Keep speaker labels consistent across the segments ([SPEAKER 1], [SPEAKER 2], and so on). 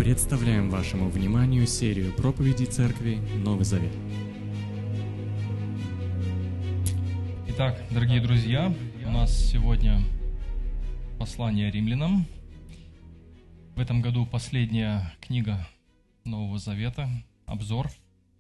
[SPEAKER 1] Представляем вашему вниманию серию проповедей Церкви Новый Завет.
[SPEAKER 2] Итак, дорогие друзья, у нас сегодня послание римлянам. В этом году последняя книга Нового Завета, обзор.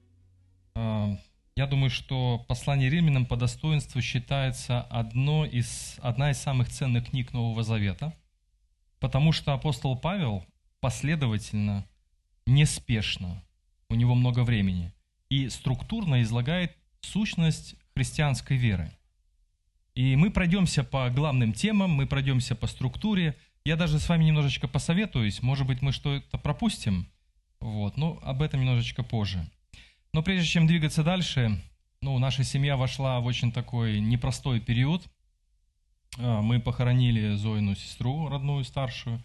[SPEAKER 2] Я думаю, что послание римлянам по достоинству считается одна из самых ценных книг Нового Завета, потому что апостол Павел последовательно, неспешно, у него много времени, и структурно излагает сущность христианской веры. И мы пройдемся по главным темам, мы пройдемся по структуре. Я даже с вами немножечко посоветуюсь, может быть, мы что-то пропустим, но об этом немножечко позже. Но прежде чем двигаться дальше, наша семья вошла в очень такой непростой период. Мы похоронили Зоину сестру, родную, старшую.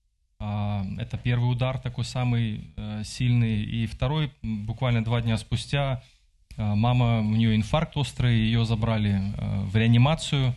[SPEAKER 2] Это первый удар, такой самый сильный. И второй, буквально 2 дня спустя, мама, у нее инфаркт острый, ее забрали в реанимацию.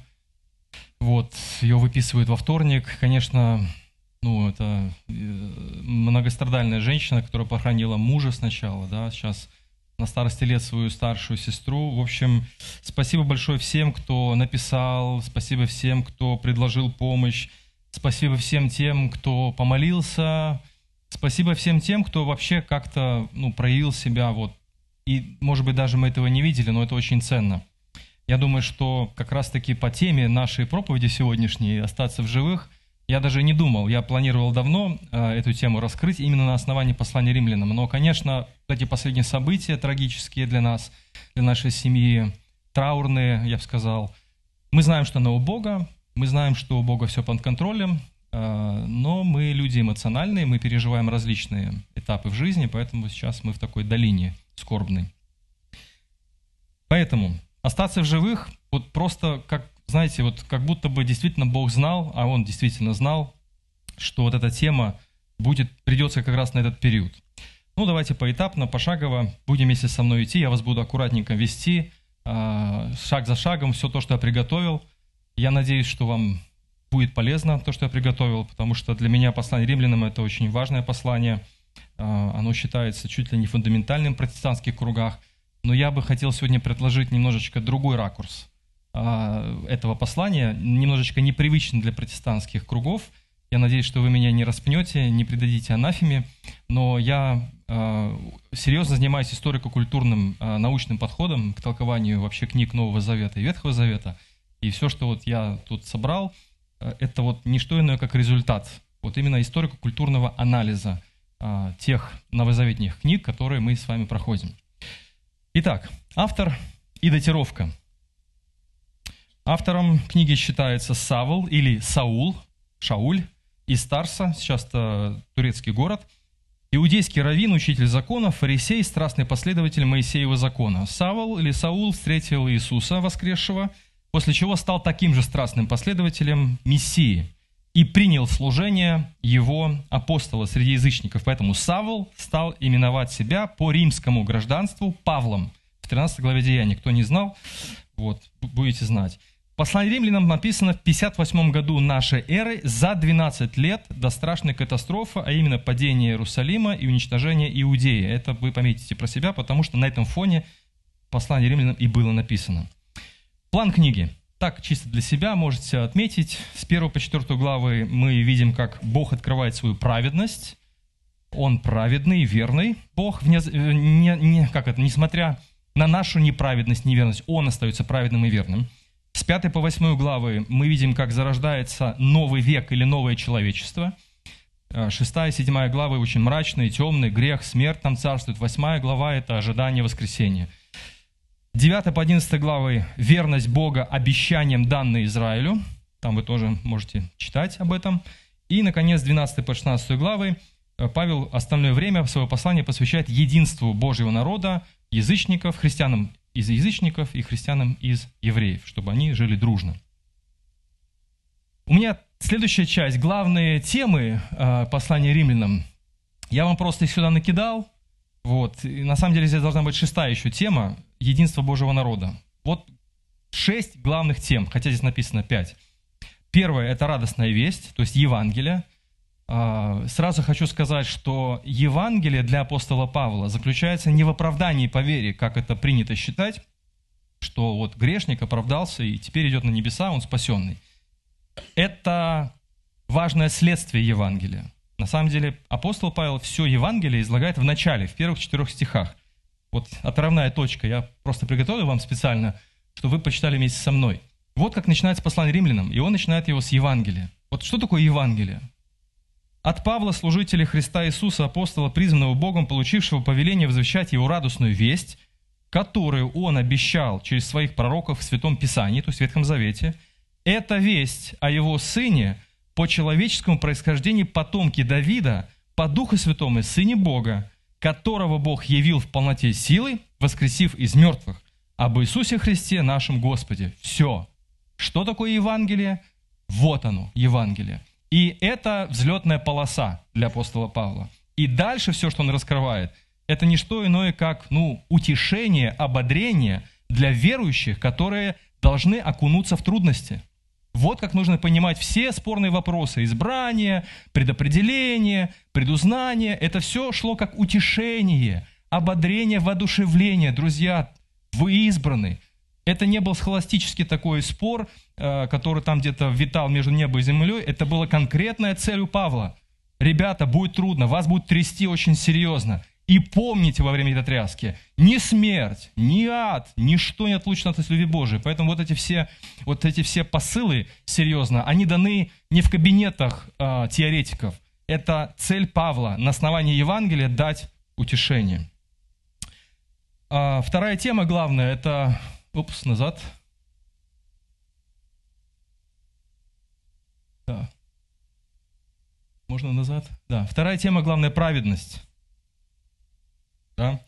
[SPEAKER 2] Ее выписывают во вторник. Конечно, это многострадальная женщина, которая похоронила мужа сначала, сейчас на старости лет свою старшую сестру. В общем, спасибо большое всем, кто написал, спасибо всем, кто предложил помощь. Спасибо всем тем, кто помолился. Спасибо всем тем, кто вообще как-то проявил себя. И, может быть, даже мы этого не видели, но это очень ценно. Я думаю, что как раз-таки по теме нашей проповеди сегодняшней «Остаться в живых» я даже не думал. Я планировал давно эту тему раскрыть именно на основании послания римлянам. Но, конечно, эти последние события трагические для нас, для нашей семьи, траурные, я бы сказал. Мы знаем, что она у Бога. Мы знаем, что у Бога все под контролем, но мы люди эмоциональные, мы переживаем различные этапы в жизни, поэтому сейчас мы в такой долине скорбной. Поэтому остаться в живых, просто, как будто бы действительно Бог знал, а Он действительно знал, что эта тема придется как раз на этот период. Давайте поэтапно, пошагово, будем вместе со мной идти, я вас буду аккуратненько вести, шаг за шагом, все то, что я приготовил. Я надеюсь, что вам будет полезно то, что я приготовил, потому что для меня послание римлянам – это очень важное послание. Оно считается чуть ли не фундаментальным в протестантских кругах. Но я бы хотел сегодня предложить немножечко другой ракурс этого послания, немножечко непривычный для протестантских кругов. Я надеюсь, что вы меня не распнете, не предадите анафеме, но я серьезно занимаюсь историко-культурным научным подходом к толкованию вообще книг Нового Завета и Ветхого Завета. И все, что я тут собрал, это не что иное, как результат именно историко-культурного анализа тех новозаветных книг, которые мы с вами проходим. Итак, автор и датировка. Автором книги считается Савл или Саул, Шауль, из Тарса, сейчас это турецкий город, иудейский раввин, учитель закона, фарисей, страстный последователь Моисеева закона. Савл или Саул встретил Иисуса воскресшего, после чего стал таким же страстным последователем Мессии и принял служение его апостола среди язычников. Поэтому Савл стал именовать себя по римскому гражданству Павлом. В 13 главе Деяний. Кто не знал, будете знать. Послание римлянам написано в 58 году нашей эры, за 12 лет до страшной катастрофы, а именно падения Иерусалима и уничтожения Иудеи. Это вы пометите про себя, потому что на этом фоне послание римлянам и было написано. План книги. Так, чисто для себя можете отметить. С 1 по 4 главы мы видим, как Бог открывает свою праведность. Он праведный, верный. Бог, несмотря на нашу неправедность, неверность, Он остается праведным и верным. С 5 по 8 главы мы видим, как зарождается новый век или новое человечество. 6 и 7 главы очень мрачные, темные, грех, смерть там царствует. 8 глава – это ожидание воскресения. 9 по 11 главы – верность Бога обещаниям, данным Израилю. Там вы тоже можете читать об этом. И, наконец, 12 по 16 главы Павел остальное время своего послания посвящает единству Божьего народа, язычников, христианам из язычников и христианам из евреев, чтобы они жили дружно. У меня следующая часть, главные темы послания римлянам. Я вам просто их сюда накидал. И на самом деле здесь должна быть 6-я еще тема – единство Божьего народа. 6 главных тем, хотя здесь написано 5. Первое – это радостная весть, то есть Евангелие. Сразу хочу сказать, что Евангелие для апостола Павла заключается не в оправдании по вере, как это принято считать, что вот грешник оправдался и теперь идет на небеса, он спасенный. Это важное следствие Евангелия. На самом деле апостол Павел все Евангелие излагает в начале, в первых 4 стихах. Вот отправная точка, я просто приготовил вам специально, чтобы вы почитали вместе со мной. Вот как начинается послание римлянам, и он начинает его с Евангелия. Вот что такое Евангелие? От Павла, служителя Христа Иисуса, апостола, призванного Богом, получившего повеление возвещать Его радостную весть, которую Он обещал через своих пророков в Святом Писании, то есть в Ветхом Завете, это весть о Его Сыне по человеческому происхождению потомки Давида, по Духу Святому, Сыне Бога, которого Бог явил в полноте силы, воскресив из мертвых, об Иисусе Христе, нашем Господе. Все. Что такое Евангелие? Вот оно, Евангелие. И это взлетная полоса для апостола Павла. И дальше все, что он раскрывает, это не что иное, как утешение, ободрение для верующих, которые должны окунуться в трудности. Вот как нужно понимать все спорные вопросы: избрание, предопределение, предузнание. Это все шло как утешение, ободрение, воодушевление. Друзья, вы избраны. Это не был схоластический такой спор, который там где-то витал между небом и землей. Это была конкретная цель у Павла. Ребята, будет трудно, вас будет трясти очень серьезно. И помните во время этой тряски, ни смерть, ни ад, ничто не отлучит нас от любви Божией. Поэтому вот эти все посылы, серьезно, они даны не в кабинетах теоретиков. Это цель Павла на основании Евангелия дать утешение. Вторая тема главная, это... назад. Да. Можно назад? Да. Вторая тема, главная, праведность. Да.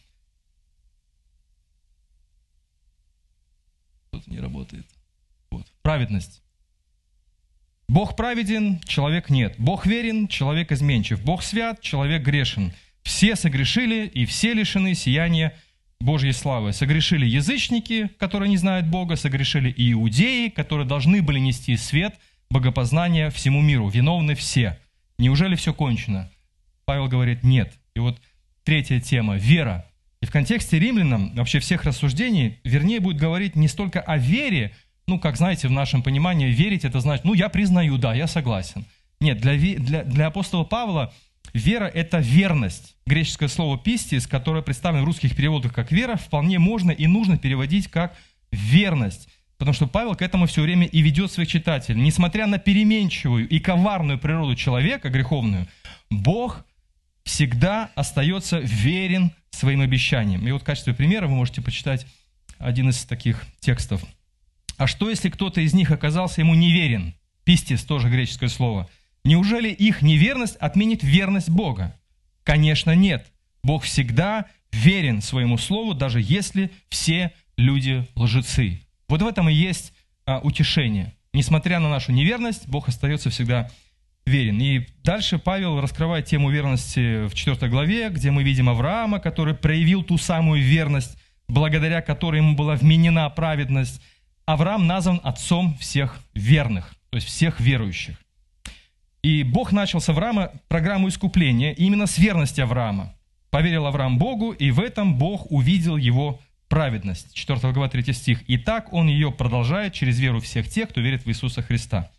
[SPEAKER 2] Что-то не работает. Вот. Праведность. Бог праведен, человек нет. Бог верен, человек изменчив. Бог свят, человек грешен. Все согрешили и все лишены сияния Божьей славы. Согрешили язычники, которые не знают Бога, согрешили и иудеи, которые должны были нести свет, богопознания всему миру. Виновны все. Неужели все кончено? Павел говорит, нет. И вот третья тема – вера. И в контексте римлянам, вообще всех рассуждений, вернее, будет говорить не столько о вере, как, знаете, в нашем понимании, верить – это значит, я признаю, да, я согласен. Нет, для апостола Павла вера – это верность. Греческое слово «пистис», которое представлено в русских переводах как «вера», вполне можно и нужно переводить как «верность». Потому что Павел к этому все время и ведет своих читателей. Несмотря на переменчивую и коварную природу человека, греховную, Бог всегда остается верен своим обещаниям. И вот в качестве примера вы можете почитать один из таких текстов. «А что, если кто-то из них оказался ему неверен?» «Пистис» тоже греческое слово. «Неужели их неверность отменит верность Бога?» Конечно, нет. Бог всегда верен своему слову, даже если все люди лжецы. Вот в этом и есть утешение. Несмотря на нашу неверность, Бог остается всегда верен. И дальше Павел раскрывает тему верности в 4 главе, где мы видим Авраама, который проявил ту самую верность, благодаря которой ему была вменена праведность. Авраам назван отцом всех верных, то есть всех верующих. И Бог начал с Авраама программу искупления именно с верности Авраама. Поверил Авраам Богу, и в этом Бог увидел его праведность. 4 глава, 3 стих. «И так он ее продолжает через веру всех тех, кто верит в Иисуса Христа».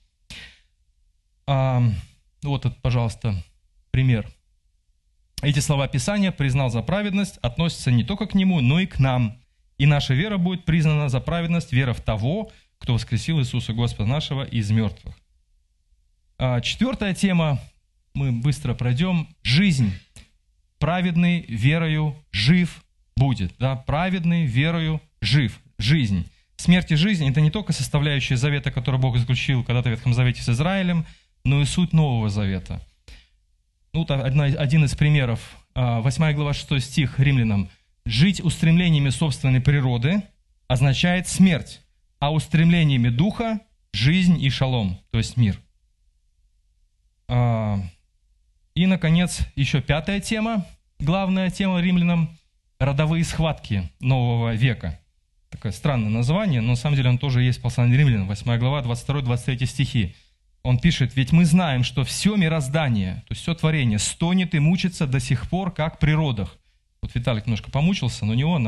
[SPEAKER 2] Вот это, пожалуйста, пример. Эти слова Писания «признал за праведность» относятся не только к нему, но и к нам. И наша вера будет признана за праведность, вера в того, кто воскресил Иисуса Господа нашего из мертвых. 4 тема, мы быстро пройдем. Жизнь. Праведный верою жив будет. Да? Праведный верою жив. Жизнь. Смерть и жизнь – это не только составляющая завета, который Бог заключил когда-то в Ветхом Завете с Израилем, но и суть Нового Завета. Один из примеров. 8 глава 6 стих Римлянам. «Жить устремлениями собственной природы означает смерть, а устремлениями духа – жизнь и шалом, то есть мир». И, наконец, еще 5 тема, главная тема римлянам – родовые схватки нового века. Такое странное название, но на самом деле он тоже есть в послании римлянам, 8 глава, 22-23 стихи. Он пишет: «Ведь мы знаем, что все мироздание, то есть все творение, стонет и мучится до сих пор, как при родах». Вот Виталик немножко помучился, но не он,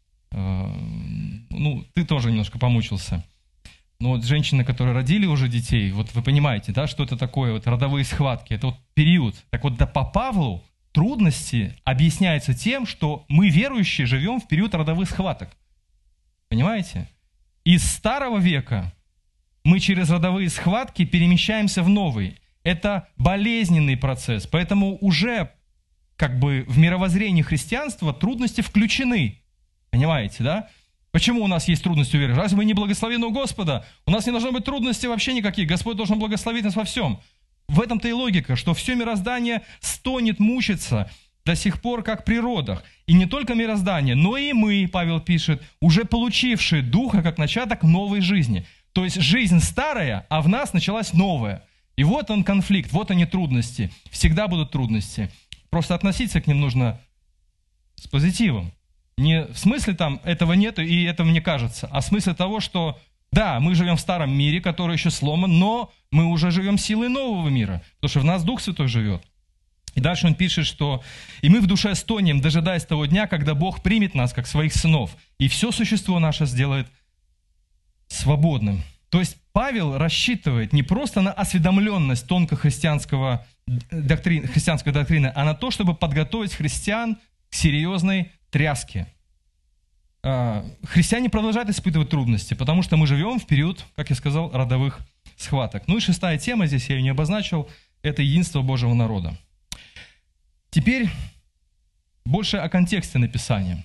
[SPEAKER 2] ты тоже немножко помучился. Но вот женщины, которые родили уже детей, вот вы понимаете, да, что это такое, вот родовые схватки, это вот период. Так вот, по Павлу трудности объясняются тем, что мы, верующие, живем в период родовых схваток. Понимаете? Из старого века мы через родовые схватки перемещаемся в новый. Это болезненный процесс, поэтому уже в мировоззрении христианства трудности включены. Понимаете, да? Почему у нас есть трудности у веры? Разве мы не благословены у Господа? У нас не должно быть трудностей вообще никаких. Господь должен благословить нас во всем. В этом-то и логика, что все мироздание стонет, мучится до сих пор, как при родах. И не только мироздание, но и мы, Павел пишет, уже получившие Духа как начаток новой жизни. То есть жизнь старая, а в нас началась новая. И вот он конфликт, вот они трудности. Всегда будут трудности. Просто относиться к ним нужно с позитивом. Не в смысле там этого нет и это мне кажется, а в смысле того, что да, мы живем в старом мире, который еще сломан, но мы уже живем силой нового мира, потому что в нас Дух Святой живет. И дальше он пишет, что «И мы в душе стонем, дожидаясь того дня, когда Бог примет нас, как своих сынов, и все существо наше сделает свободным». То есть Павел рассчитывает не просто на осведомленность тонкой христианской доктрины, а на то, чтобы подготовить христиан к серьезной тряске. Христиане продолжают испытывать трудности, потому что мы живем в период, как я сказал, родовых схваток. Ну и 6-я тема, здесь я ее не обозначил, это единство Божьего народа. Теперь больше о контексте написания.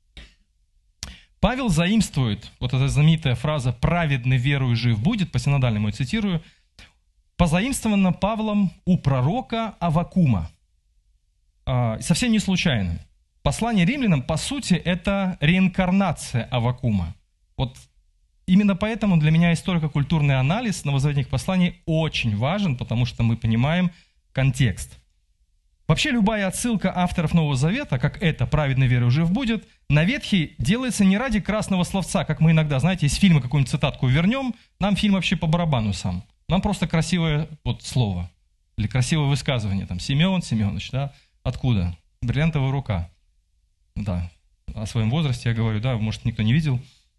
[SPEAKER 2] Павел заимствует, вот эта знаменитая фраза «праведный верою жив будет», по синодальному я цитирую, позаимствована Павлом у пророка Аввакума. Совсем не случайно. Послание римлянам, по сути, это реинкарнация Аввакума. Вот именно поэтому для меня историко-культурный анализ новозаветных посланий очень важен, потому что мы понимаем контекст. Вообще любая отсылка авторов Нового Завета, как это «праведной верой жив будет», на Ветхий делается не ради красного словца, как мы иногда, знаете, из фильма какую-нибудь цитатку вернем, нам фильм вообще по барабану сам. Нам просто красивое слово или красивое высказывание. Там Симеон Семенович, да? Откуда? Бриллиантовая рука. Да, о своем возрасте я говорю, да, может, никто не видел.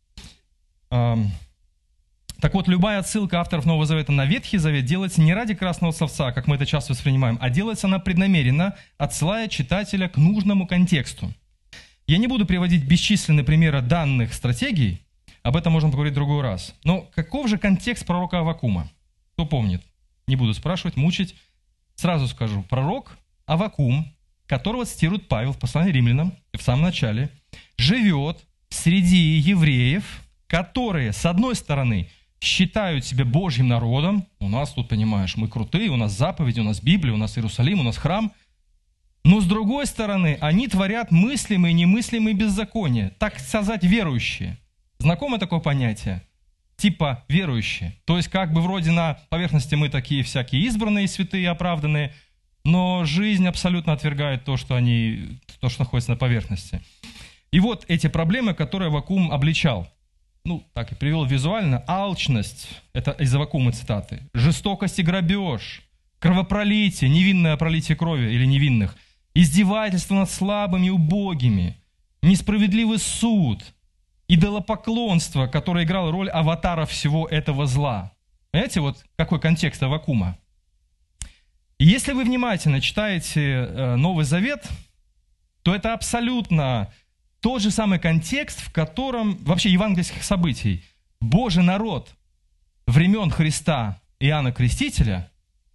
[SPEAKER 2] Так вот, любая отсылка авторов Нового Завета на Ветхий Завет делается не ради красного словца, как мы это часто воспринимаем, а делается она преднамеренно, отсылая читателя к нужному контексту. Я не буду приводить бесчисленные примеры данных стратегий, об этом можно поговорить в другой раз. Но каков же контекст пророка Аввакума? Кто помнит? Не буду спрашивать, мучить. Сразу скажу. Пророк Аввакум, которого цитирует Павел в послании римлянам в самом начале, живет среди евреев, которые, с одной стороны, считают себя Божьим народом. У нас тут, понимаешь, мы крутые, у нас заповеди, у нас Библия, у нас Иерусалим, у нас храм. Но с другой стороны, они творят мыслимые и немыслимые беззакония, так сказать, верующие. Знакомо такое понятие? Типа верующие. То есть вроде на поверхности мы такие всякие избранные, святые, оправданные, но жизнь абсолютно отвергает то, что находится на поверхности. И вот эти проблемы, которые Аввакум обличал. Так и привел визуально. Алчность, это из Аввакума цитаты. Жестокость и грабеж, кровопролитие, невинное пролитие крови или невинных, издевательство над слабыми и убогими, несправедливый суд, идолопоклонство, которое играло роль аватара всего этого зла. Понимаете, какой контекст Аввакума? И если вы внимательно читаете Новый Завет, то это абсолютно тот же самый контекст, в котором вообще евангельских событий Божий народ времен Христа Иоанна Крестителя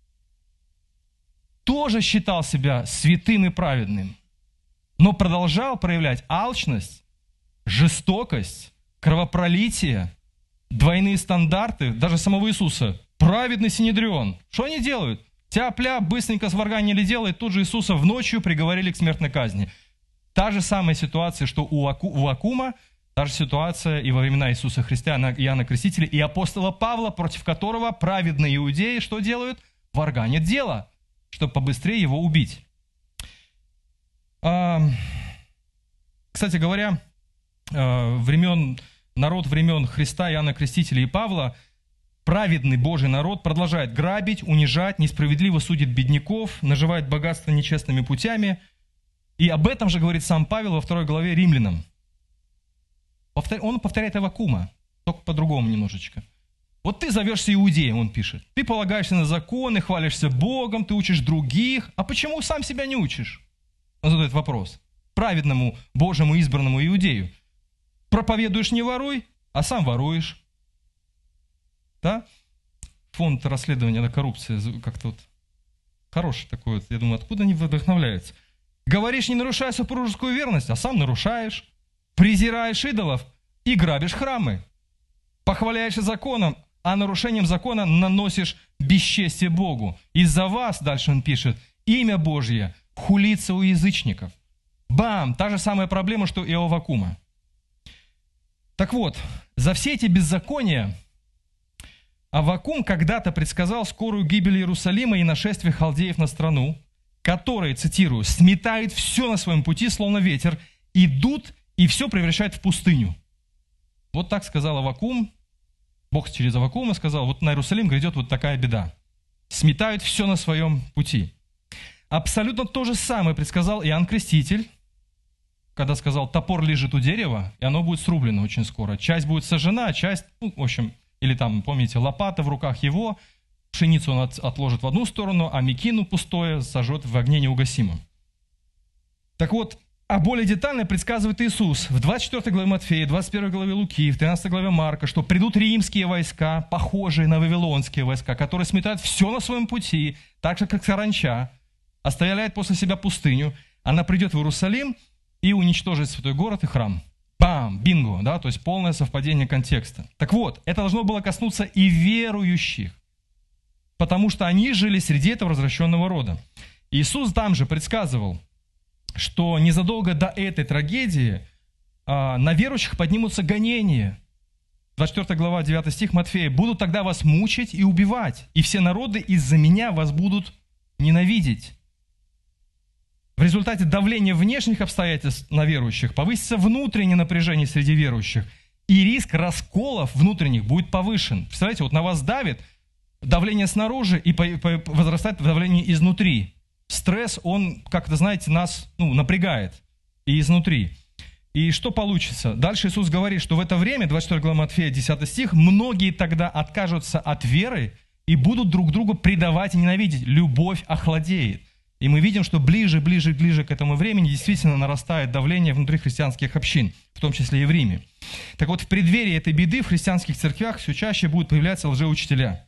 [SPEAKER 2] тоже считал себя святым и праведным, но продолжал проявлять алчность, жестокость, кровопролитие, двойные стандарты, даже самого Иисуса. Праведный Синедрион. Что они делают? Тяп-ляп, быстренько сварганили дело, и тут же Иисуса в ночью приговорили к смертной казни. Та же самая ситуация, что у Аввакума, та же ситуация и во времена Иисуса Христа, Иоанна Крестителя и апостола Павла, против которого праведные иудеи что делают? Варганят дело, чтобы побыстрее его убить. Кстати говоря, народ времен Христа, Иоанна Крестителя и Павла праведный Божий народ продолжает грабить, унижать, несправедливо судит бедняков, наживает богатство нечестными путями. И об этом же говорит сам Павел во 2 главе Римлянам. Он повторяет Аввакума, только по-другому немножечко. Вот ты зовешься иудеем, он пишет. Ты полагаешься на законы, хвалишься Богом, ты учишь других. А почему сам себя не учишь? Он задает вопрос. Праведному, Божьему избранному иудею. Проповедуешь не воруй, а сам воруешь. Да? Фонд расследования коррупции как-то вот хороший такой вот. Я думаю, откуда они вдохновляются? Говоришь, не нарушай супружескую верность, а сам нарушаешь. Презираешь идолов и грабишь храмы. Похваляешься законом, а нарушением закона наносишь бесчестие Богу. Из-за вас, дальше он пишет, имя Божье хулится у язычников. Бам! Та же самая проблема, что и у Аввакума. Так вот, за все эти беззакония Аввакум когда-то предсказал скорую гибель Иерусалима и нашествие халдеев на страну, которые, цитирую, «сметают все на своем пути, словно ветер, идут и все превращают в пустыню». Вот так сказал Аввакум. Бог через Аввакума сказал, вот на Иерусалим грядет вот такая беда. Сметают все на своем пути. Абсолютно то же самое предсказал Иоанн Креститель, когда сказал, топор лежит у дерева, и оно будет срублено очень скоро. Часть будет сожжена, а часть, в общем, или там, помните, лопата в руках его, пшеницу он отложит в одну сторону, а мекину пустое сожжет в огне неугасимом. Так вот, а более детально предсказывает Иисус в 24 главе Матфея, 21 главе Луки, в 13 главе Марка, что придут римские войска, похожие на вавилонские войска, которые сметают все на своем пути, так же, как саранча, оставляет после себя пустыню. Она придет в Иерусалим и уничтожит святой город и храм. Бам! Бинго! Да? То есть полное совпадение контекста. Так вот, это должно было коснуться и верующих, потому что они жили среди этого развращенного рода. Иисус там же предсказывал, что незадолго до этой трагедии на верующих поднимутся гонения. 24 глава, 9 стих Матфея. «Будут тогда вас мучить и убивать, и все народы из-за меня вас будут ненавидеть». В результате давления внешних обстоятельств на верующих повысится внутреннее напряжение среди верующих, и риск расколов внутренних будет повышен. Представляете, вот на вас давит давление снаружи, и возрастает давление изнутри. Стресс, он, как-то, знаете, нас напрягает и изнутри. И что получится? Дальше Иисус говорит, что в это время, 24 глава Матфея, 10 стих, многие тогда откажутся от веры и будут друг друга предавать и ненавидеть. Любовь охладеет. И мы видим, что ближе к этому времени действительно нарастает давление внутри христианских общин, в том числе и в Риме. Так вот, в преддверии этой беды в христианских церквях все чаще будут появляться лжеучителя.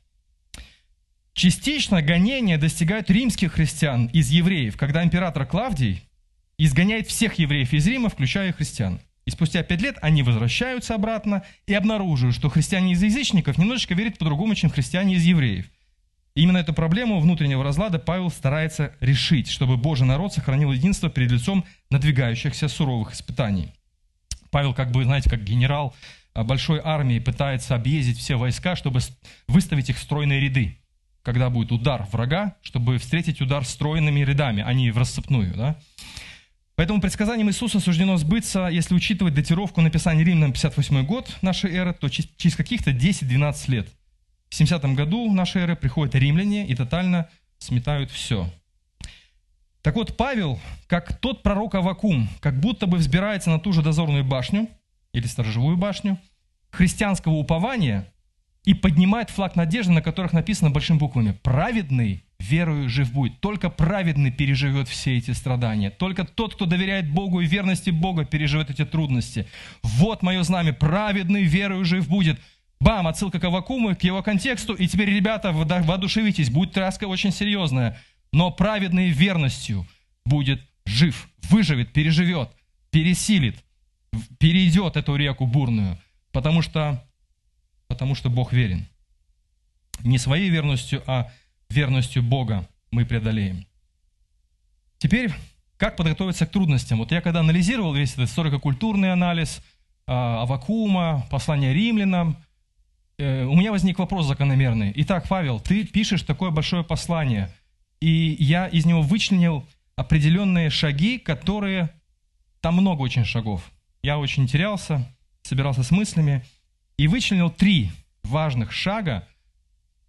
[SPEAKER 2] Частично гонения достигают римских христиан из евреев, когда император Клавдий изгоняет всех евреев из Рима, включая христиан. И спустя 5 лет они возвращаются обратно и обнаруживают, что христиане из язычников немножечко верят по-другому, чем христиане из евреев. И именно эту проблему внутреннего разлада Павел старается решить, чтобы Божий народ сохранил единство перед лицом надвигающихся суровых испытаний. Павел, как генерал большой армии пытается объездить все войска, чтобы выставить их в стройные ряды. Когда будет удар врага, чтобы встретить удар стройными рядами, а не в рассыпную. Да? Поэтому предсказанием Иисуса суждено сбыться, если учитывать датировку написания Римлянам 58 год нашей эры, то через каких-то 10-12 лет. В 70 году нашей эры приходят римляне и тотально сметают все. Так вот, Павел, как тот пророк Аввакум, как будто бы взбирается на ту же дозорную башню, или сторожевую башню, христианского упования, и поднимает флаг надежды, на которых написано большими буквами: «Праведный верою жив будет». Только праведный переживет все эти страдания. Только тот, кто доверяет Богу и верности Бога, переживет эти трудности. Вот мое знамя: праведный верою жив будет. Бам! Отсылка к Аввакуму, к его контексту. И теперь, ребята, воодушевитесь, будет тряска очень серьезная. Но праведный верностью будет жив, выживет, переживет, пересилит, перейдет эту реку бурную, потому что Бог верен. Не своей верностью, а верностью Бога мы преодолеем. Теперь, как подготовиться к трудностям? Вот я когда анализировал весь этот историко-культурный анализ Аввакума, послание римлянам, у меня возник вопрос закономерный. Итак, Павел, ты пишешь такое большое послание, и я из него вычленил определенные шаги, которые... Там много очень шагов. Я очень терялся, собирался с мыслями, и вычленил 3 важных шага,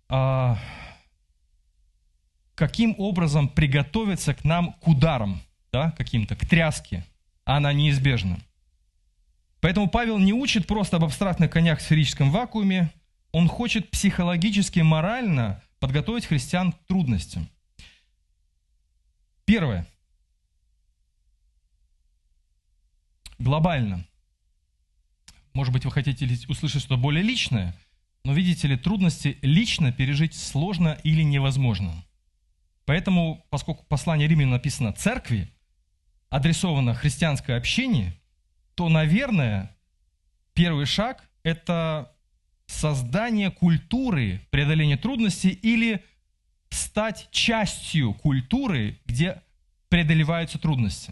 [SPEAKER 2] каким образом приготовиться к нам к ударам, да, каким-то, к тряске. Она неизбежна. Поэтому Павел не учит просто об абстрактных конях в сферическом вакууме, он хочет психологически, морально подготовить христиан к трудностям. Первое. Глобально. Может быть, вы хотите услышать что-то более личное, но, видите ли, трудности лично пережить сложно или невозможно. Поэтому, поскольку послание Римлянам написано «церкви», адресовано христианское общение, то, наверное, первый шаг – это создание культуры преодоления трудностей или стать частью культуры, где преодолеваются трудности.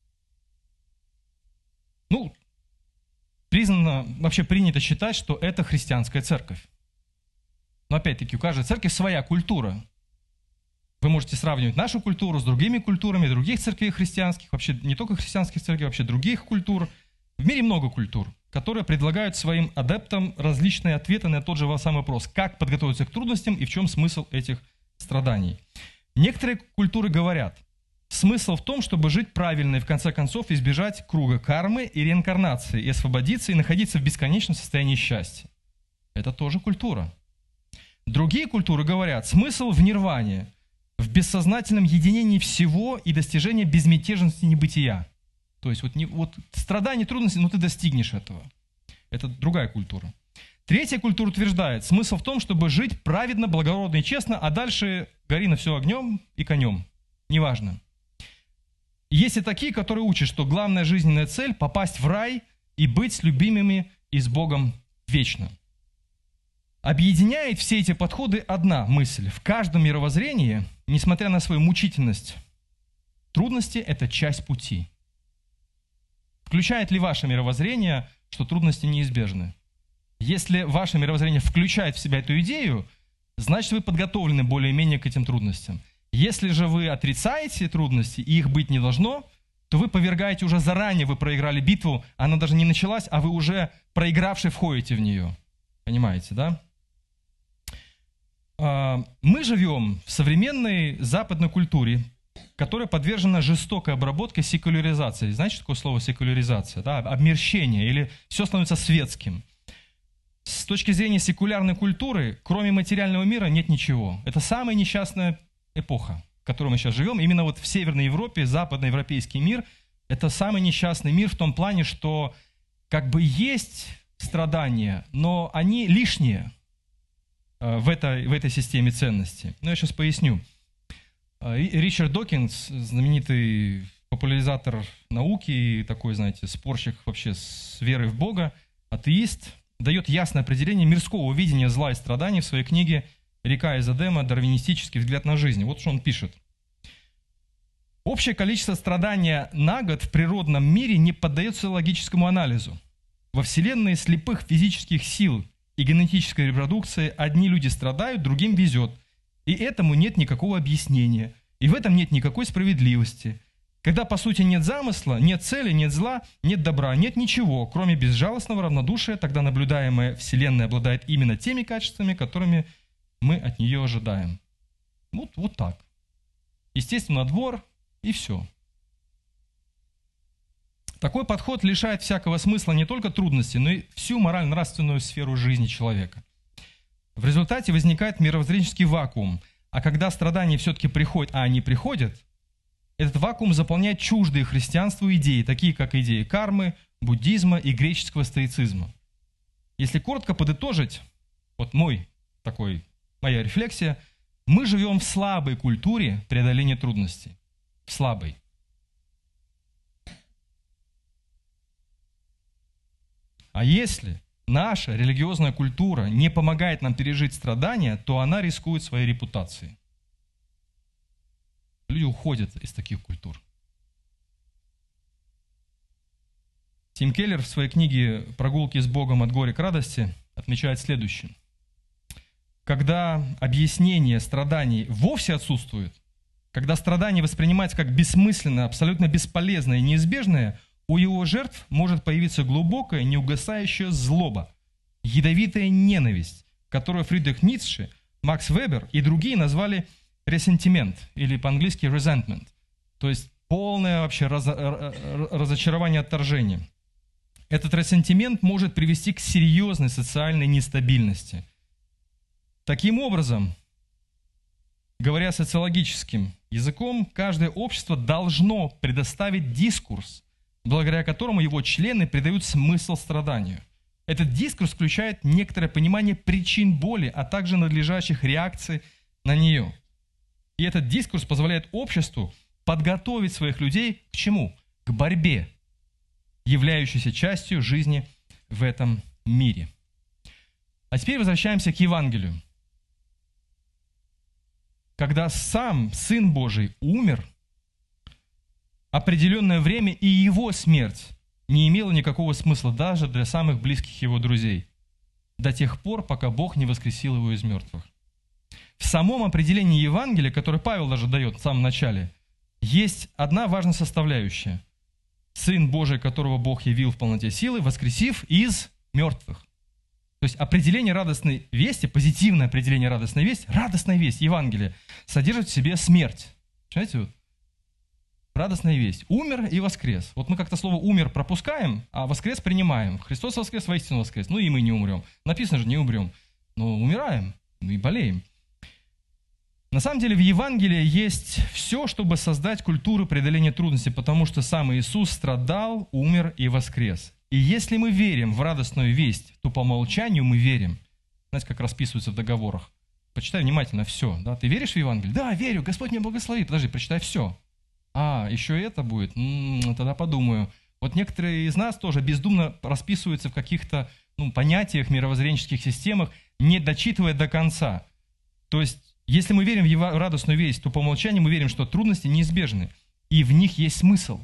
[SPEAKER 2] Ну, вообще принято считать, что это христианская церковь. Но опять-таки у каждой церкви своя культура. Вы можете сравнивать нашу культуру с другими культурами других церквей христианских, вообще не только христианских церквей, вообще других культур. В мире много культур, которые предлагают своим адептам различные ответы на тот же самый вопрос, как подготовиться к трудностям и в чем смысл этих страданий. Некоторые культуры говорят, смысл в том, чтобы жить правильно и в конце концов избежать круга кармы и реинкарнации, и освободиться, и находиться в бесконечном состоянии счастья. Это тоже культура. Другие культуры говорят, смысл в нирване, в бессознательном единении всего и достижении безмятежности небытия. То есть вот страдания, трудности, но ты достигнешь этого. Это другая культура. Третья культура утверждает, смысл в том, чтобы жить праведно, благородно и честно, а дальше гори на все огнем и конем. Неважно. Есть и такие, которые учат, что главная жизненная цель – попасть в рай и быть с любимыми и с Богом вечно. Объединяет все эти подходы одна мысль. В каждом мировоззрении, несмотря на свою мучительность, трудности – это часть пути. Включает ли ваше мировоззрение, что трудности неизбежны? Если ваше мировоззрение включает в себя эту идею, значит, вы подготовлены более-менее к этим трудностям. Если же вы отрицаете трудности, и их быть не должно, то вы повергаете уже заранее, вы проиграли битву, она даже не началась, а вы уже проигравший входите в нее. Понимаете, да? Мы живем в современной западной культуре, которая подвержена жестокой обработке секуляризации. Знаете, что такое слово секуляризация? Да? Обмерщение, или все становится светским. С точки зрения секулярной культуры, кроме материального мира нет ничего. Это самая несчастная эпоха, в которой мы сейчас живем. Именно вот в Северной Европе, западноевропейский мир – это самый несчастный мир в том плане, что как бы есть страдания, но они лишние в этой системе ценностей. Ну, я сейчас поясню. Ричард Докинс, знаменитый популяризатор науки и такой, знаете, спорщик вообще с верой в Бога, атеист, дает ясное определение мирского видения зла и страданий в своей книге «Река из Эдема. Дарвинистический взгляд на жизнь». Вот что он пишет. Общее количество страдания на год в природном мире не поддается логическому анализу. Во вселенной слепых физических сил и генетической репродукции одни люди страдают, другим везет. И этому нет никакого объяснения. И в этом нет никакой справедливости. Когда, по сути, нет замысла, нет цели, нет зла, нет добра, нет ничего, кроме безжалостного равнодушия, тогда наблюдаемая Вселенная обладает именно теми качествами, которыми мы от нее ожидаем. Вот так. Естественно, двор и все. Такой подход лишает всякого смысла не только трудностей, но и всю морально-нравственную сферу жизни человека. В результате возникает мировоззренческий вакуум, а когда страдания все-таки приходят, а они приходят, этот вакуум заполняет чуждые христианству идеи, такие как идеи кармы, буддизма и греческого стоицизма. Если коротко подытожить, вот моя рефлексия, мы живем в слабой культуре преодоления трудностей. В слабой. А если наша религиозная культура не помогает нам пережить страдания, то она рискует своей репутацией. Люди уходят из таких культур. Тим Келлер в своей книге «Прогулки с Богом от горя к радости» отмечает следующее. Когда объяснение страданий вовсе отсутствует, когда страдание воспринимается как бессмысленное, абсолютно бесполезное и неизбежное, у его жертв может появиться глубокая, неугасающая злоба, ядовитая ненависть, которую Фридрих Ницше Макс Вебер и другие назвали ресентимент, или по-английски resentment, то есть полное вообще разочарование, отторжение. Этот ресентимент может привести к серьезной социальной нестабильности. Таким образом, говоря социологическим языком, каждое общество должно предоставить дискурс, благодаря которому его члены придают смысл страданию. Этот дискурс включает некоторое понимание причин боли, а также надлежащих реакций на нее. И этот дискурс позволяет обществу подготовить своих людей к чему? К борьбе, являющейся частью жизни в этом мире. А теперь возвращаемся к Евангелию. Когда сам Сын Божий умер, определенное время и его смерть не имела никакого смысла даже для самых близких его друзей, до тех пор, пока Бог не воскресил его из мертвых. В самом определении Евангелия, которое Павел даже дает в самом начале, есть одна важная составляющая. Сын Божий, которого Бог явил в полноте силы, воскресив из мертвых. То есть определение радостной вести, позитивное определение радостной весть, Евангелие, содержит в себе смерть. Понимаете, вот? Радостная весть. Умер и воскрес. Вот мы как-то слово «умер» пропускаем, а «воскрес» принимаем. Христос воскрес, воистину воскрес. Ну и мы не умрем. Написано же, не умрем. Но умираем и болеем. На самом деле в Евангелии есть все, чтобы создать культуру преодоления трудностей, потому что сам Иисус страдал, умер и воскрес. И если мы верим в радостную весть, то по умолчанию мы верим. Знаете, как расписывается в договорах. Почитай внимательно все. Да? Ты веришь в Евангелие? Да, верю, Господь меня благословит. Подожди, прочитай все. Еще это будет? Тогда подумаю. Вот некоторые из нас тоже бездумно расписываются в каких-то понятиях, мировоззренческих системах, не дочитывая до конца. То есть, если мы верим в радостную весть, то по умолчанию мы верим, что трудности неизбежны, и в них есть смысл.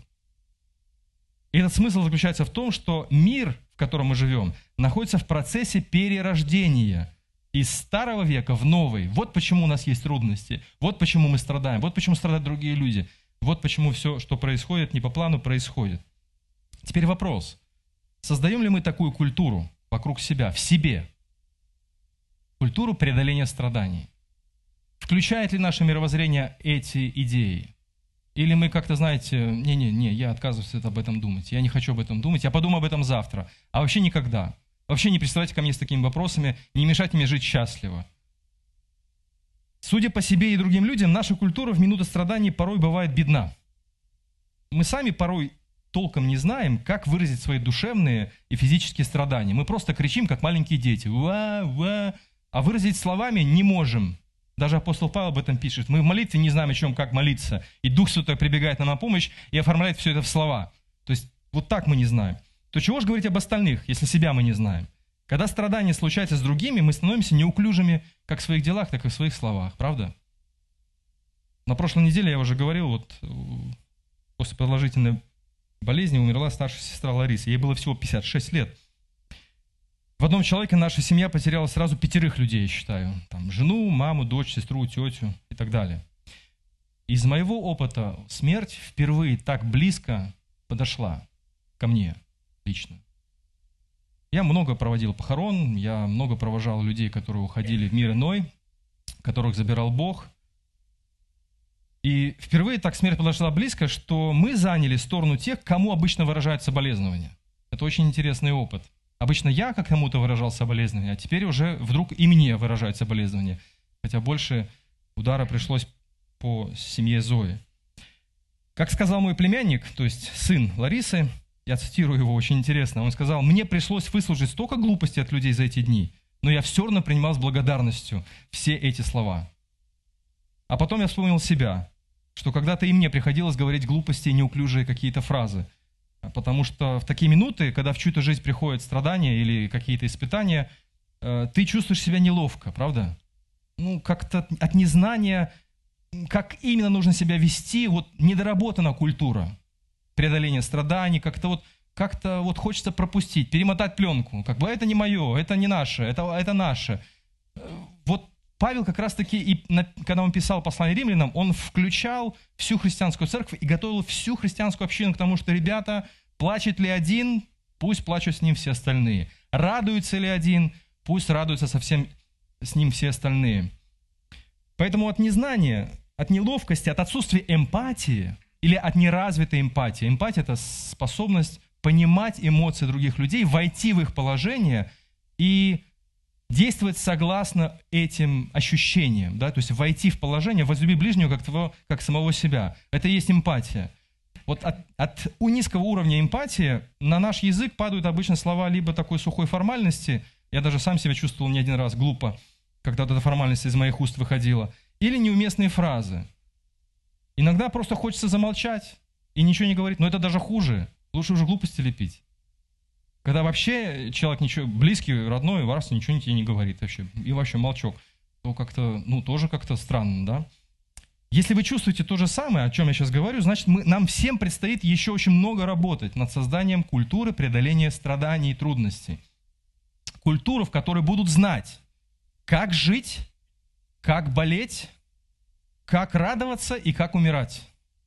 [SPEAKER 2] И этот смысл заключается в том, что мир, в котором мы живем, находится в процессе перерождения из старого века в новый. Вот почему у нас есть трудности, вот почему мы страдаем, вот почему страдают другие люди. Вот почему все, что происходит, не по плану происходит. Теперь вопрос. Создаем ли мы такую культуру вокруг себя, в себе? Культуру преодоления страданий. Включает ли наше мировоззрение эти идеи? Или мы как-то, знаете, не, я отказываюсь об этом думать, я не хочу об этом думать, я подумаю об этом завтра, а вообще никогда. Вообще не приставайте ко мне с такими вопросами, не мешайте мне жить счастливо. Судя по себе и другим людям, наша культура в минуты страданий порой бывает бедна. Мы сами порой толком не знаем, как выразить свои душевные и физические страдания. Мы просто кричим, как маленькие дети, «Ва-ва», а выразить словами не можем. Даже апостол Павел об этом пишет. Мы в молитве не знаем, о чем, как молиться. И Дух Святой прибегает нам на помощь и оформляет все это в слова. То есть вот так мы не знаем. То чего же говорить об остальных, если себя мы не знаем? Когда страдания случаются с другими, мы становимся неуклюжими как в своих делах, так и в своих словах. Правда? На прошлой неделе я уже говорил, вот после продолжительной болезни умерла старшая сестра Лариса. Ей было всего 56 лет. В одном человеке наша семья потеряла сразу 5 людей, я считаю. Там, жену, маму, дочь, сестру, тетю и так далее. Из моего опыта смерть впервые так близко подошла ко мне лично. Я много проводил похорон, я много провожал людей, которые уходили в мир иной, которых забирал Бог. И впервые так смерть подошла близко, что мы заняли сторону тех, кому обычно выражают соболезнования. Это очень интересный опыт. Обычно я как кому-то выражал соболезнования, а теперь уже вдруг и мне выражают соболезнования. Хотя больше удара пришлось по семье Зои. Как сказал мой племянник, то есть сын Ларисы, я цитирую его, очень интересно, он сказал: «Мне пришлось выслушать столько глупостей от людей за эти дни, но я все равно принимал с благодарностью все эти слова». А потом я вспомнил себя, что когда-то и мне приходилось говорить глупости и неуклюжие какие-то фразы, потому что в такие минуты, когда в чью-то жизнь приходят страдания или какие-то испытания, ты чувствуешь себя неловко, правда? Как-то от незнания, как именно нужно себя вести, вот недоработана культура преодоления страданий, как-то хочется пропустить, перемотать пленку, как бы это не мое, это не наше, это наше. Вот Павел как раз-таки, когда он писал послание римлянам, он включал всю христианскую церковь и готовил всю христианскую общину к тому, что, ребята, плачет ли один, пусть плачут с ним все остальные. Радуется ли один, пусть радуются совсем с ним все остальные. Поэтому от незнания, от неловкости, от отсутствия эмпатии или от неразвитой эмпатии. Эмпатия – это способность понимать эмоции других людей, войти в их положение и действовать согласно этим ощущениям. Да? То есть войти в положение, возлюби ближнего как самого себя. Это и есть эмпатия. Вот от низкого уровня эмпатии на наш язык падают обычно слова либо такой сухой формальности, я даже сам себя чувствовал не один раз глупо, когда вот эта формальность из моих уст выходила, или неуместные фразы. Иногда просто хочется замолчать и ничего не говорить, но это даже хуже, лучше уже глупости лепить. Когда вообще человек ничего, близкий, родной, раз ничего тебе не говорит вообще, и вообще молчок, то как-то, тоже как-то странно, да? Если вы чувствуете то же самое, о чем я сейчас говорю, значит, нам всем предстоит еще очень много работать над созданием культуры преодоления страданий и трудностей. Культуру, в которой будут знать, как жить, как болеть, как радоваться и как умирать.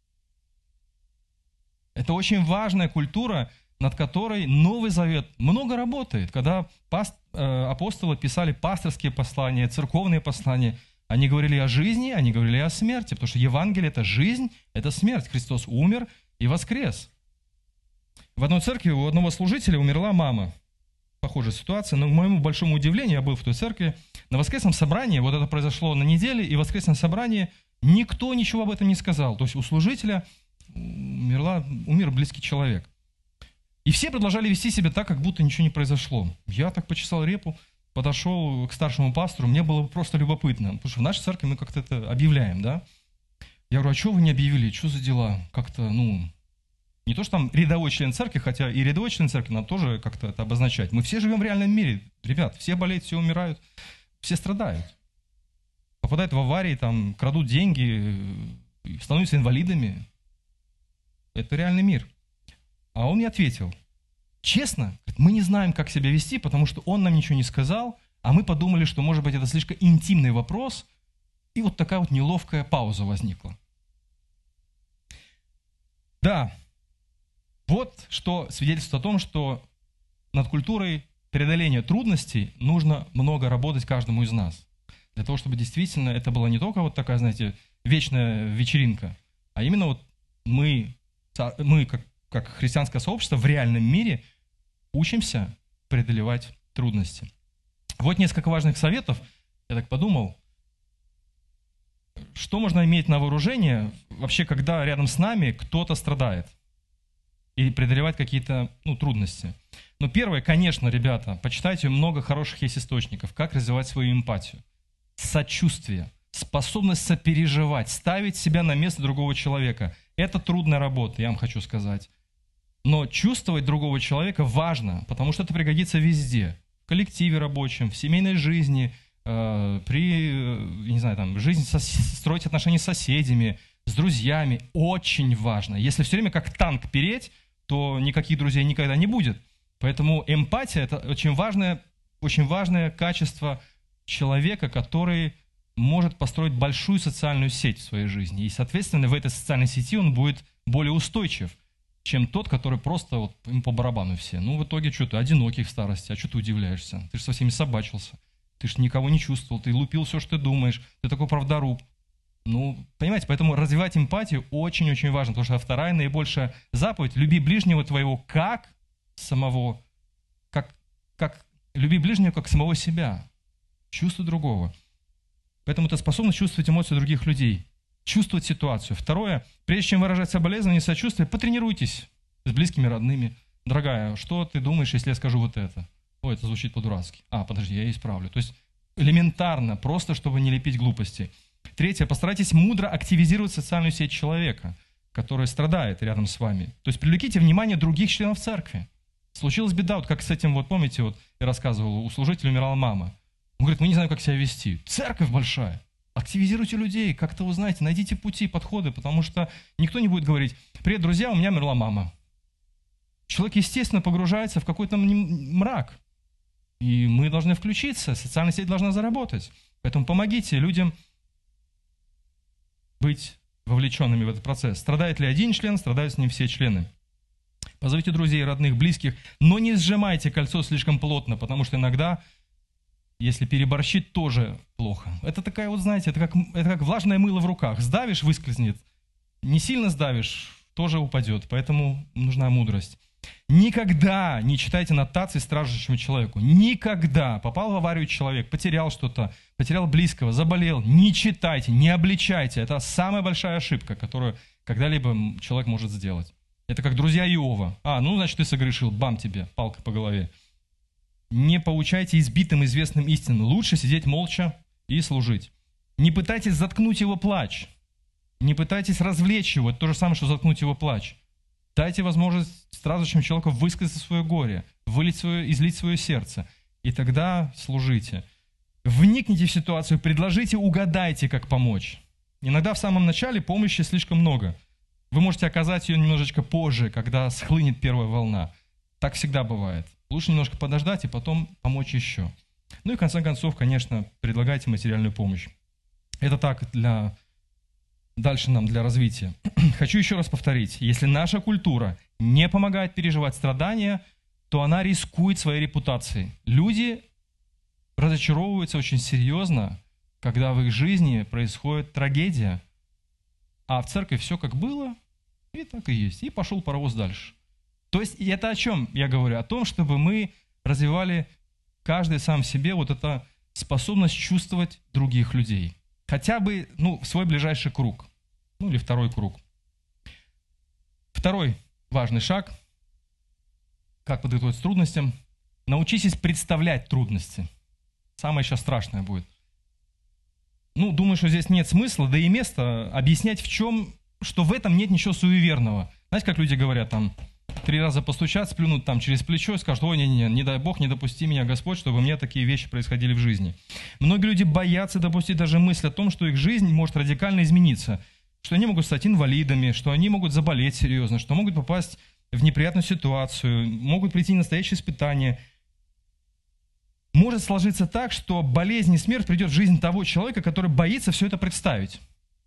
[SPEAKER 2] Это очень важная культура, над которой Новый Завет много работает. Когда апостолы писали пасторские послания, церковные послания, они говорили о жизни, они говорили о смерти, потому что Евангелие – это жизнь, это смерть. Христос умер и воскрес. В одной церкви у одного служителя умерла мама. Похожая ситуация, но к моему большому удивлению, я был в той церкви, на воскресном собрании, вот это произошло на неделе, и в воскресном собрании никто ничего об этом не сказал. То есть у служителя умер близкий человек. И все продолжали вести себя так, как будто ничего не произошло. Я так почесал репу, подошел к старшему пастору, мне было просто любопытно, потому что в нашей церкви мы как-то это объявляем, да? Я говорю, а что вы не объявили, что за дела? Как-то, не то, что там рядовой член церкви, хотя и рядовой член церкви надо тоже как-то это обозначать. Мы все живем в реальном мире, ребят, все болеют, все умирают, все страдают. Попадают в аварии, там, крадут деньги, становятся инвалидами. Это реальный мир. А он мне ответил, честно, мы не знаем, как себя вести, потому что он нам ничего не сказал, а мы подумали, что, может быть, это слишком интимный вопрос, и вот такая вот неловкая пауза возникла. Да, вот что свидетельствует о том, что над культурой преодоления трудностей нужно много работать каждому из нас. Для того, чтобы действительно это была не только вот такая, знаете, вечная вечеринка, а именно вот мы как христианское сообщество в реальном мире учимся преодолевать трудности. Вот несколько важных советов. Я так подумал, что можно иметь на вооружение вообще, когда рядом с нами кто-то страдает и преодолевать какие-то трудности. Но первое, конечно, ребята, почитайте, много хороших есть источников, как развивать свою эмпатию. Сочувствие, способность сопереживать, ставить себя на место другого человека. Это трудная работа, я вам хочу сказать. Но чувствовать другого человека важно, потому что это пригодится везде. В коллективе рабочем, в семейной жизни, строить отношения с соседями, с друзьями. Очень важно. Если все время как танк переть, то никаких друзей никогда не будет. Поэтому эмпатия – это очень важное качество человека, который может построить большую социальную сеть в своей жизни. И, соответственно, в этой социальной сети он будет более устойчив, чем тот, который просто ему по барабану все. В итоге что ты одинокий в старости, а что ты удивляешься? Ты же со всеми собачился, ты же никого не чувствовал, ты лупил все, что ты думаешь, ты такой правдоруб. Понимаете, поэтому развивать эмпатию очень-очень важно, потому что вторая наибольшая заповедь – люби ближнего твоего как самого, люби ближнего как самого себя, чувствуй другого. Поэтому это способность чувствовать эмоции других людей, чувствовать ситуацию. Второе, прежде чем выражать соболезнования и сочувствие, потренируйтесь с близкими, родными. Дорогая, что ты думаешь, если я скажу вот это? Ой, это звучит по-дурацки. Подожди, я исправлю. То есть элементарно, просто чтобы не лепить глупостей. Третье, постарайтесь мудро активизировать социальную сеть человека, который страдает рядом с вами. То есть привлеките внимание других членов церкви. Случилась беда, как с этим, помните, я рассказывал, у служителя умирала мама. Он говорит, мы не знаем, как себя вести. Церковь большая. Активизируйте людей, как-то узнаете, найдите пути, подходы, потому что никто не будет говорить, привет, друзья, у меня умерла мама. Человек, естественно, погружается в какой-то мрак. И мы должны включиться, социальная сеть должна заработать. Поэтому помогите людям быть вовлеченными в этот процесс. Страдает ли один член, страдают с ним все члены. Позовите друзей, родных, близких, но не сжимайте кольцо слишком плотно, потому что иногда Если переборщит, тоже плохо. Это такая вот, знаете, это как влажное мыло в руках. Сдавишь, выскользнет. Не сильно сдавишь, тоже упадет. Поэтому нужна мудрость. Никогда не читайте нотации страждущему человеку. Никогда. Попал в аварию человек, потерял что-то, потерял близкого, заболел. Не читайте, не обличайте. Это самая большая ошибка, которую когда-либо человек может сделать. Это как друзья Иова. Значит, ты согрешил, бам тебе, палка по голове. Не поучайте избитым известным истинам. Лучше сидеть молча и служить. Не пытайтесь заткнуть его плач. Не пытайтесь развлечь его. Это то же самое, что заткнуть его плач. Дайте возможность страждущему человеку высказать свое горе, излить свое сердце. И тогда служите. Вникните в ситуацию, предложите, угадайте, как помочь. Иногда в самом начале помощи слишком много. Вы можете оказать ее немножечко позже, когда схлынет первая волна. Так всегда бывает. Лучше немножко подождать и потом помочь еще. И в конце концов, конечно, предлагайте материальную помощь. Это так дальше нам для развития. Хочу еще раз повторить. Если наша культура не помогает переживать страдания, то она рискует своей репутацией. Люди разочаровываются очень серьезно, когда в их жизни происходит трагедия, а в церкви все как было, и так и есть. И пошел паровоз дальше. То есть это о чем я говорю? О том, чтобы мы развивали каждый сам в себе вот эту способность чувствовать других людей. Хотя бы в свой ближайший круг. Или второй круг. Второй важный шаг. Как подготовиться к трудностям. Научитесь представлять трудности. Самое сейчас страшное будет. Думаю, что здесь нет смысла, да и места объяснять что в этом нет ничего суеверного. Знаете, как люди говорят, 3 раза постучат, сплюнут через плечо и скажут: ой, не дай Бог, не допусти меня, Господь, чтобы у меня такие вещи происходили в жизни. Многие люди боятся допустить даже мысль о том, что их жизнь может радикально измениться, что они могут стать инвалидами, что они могут заболеть серьезно, что могут попасть в неприятную ситуацию, могут прийти настоящие испытания. Может сложиться так, что болезнь и смерть придет в жизнь того человека, который боится все это представить.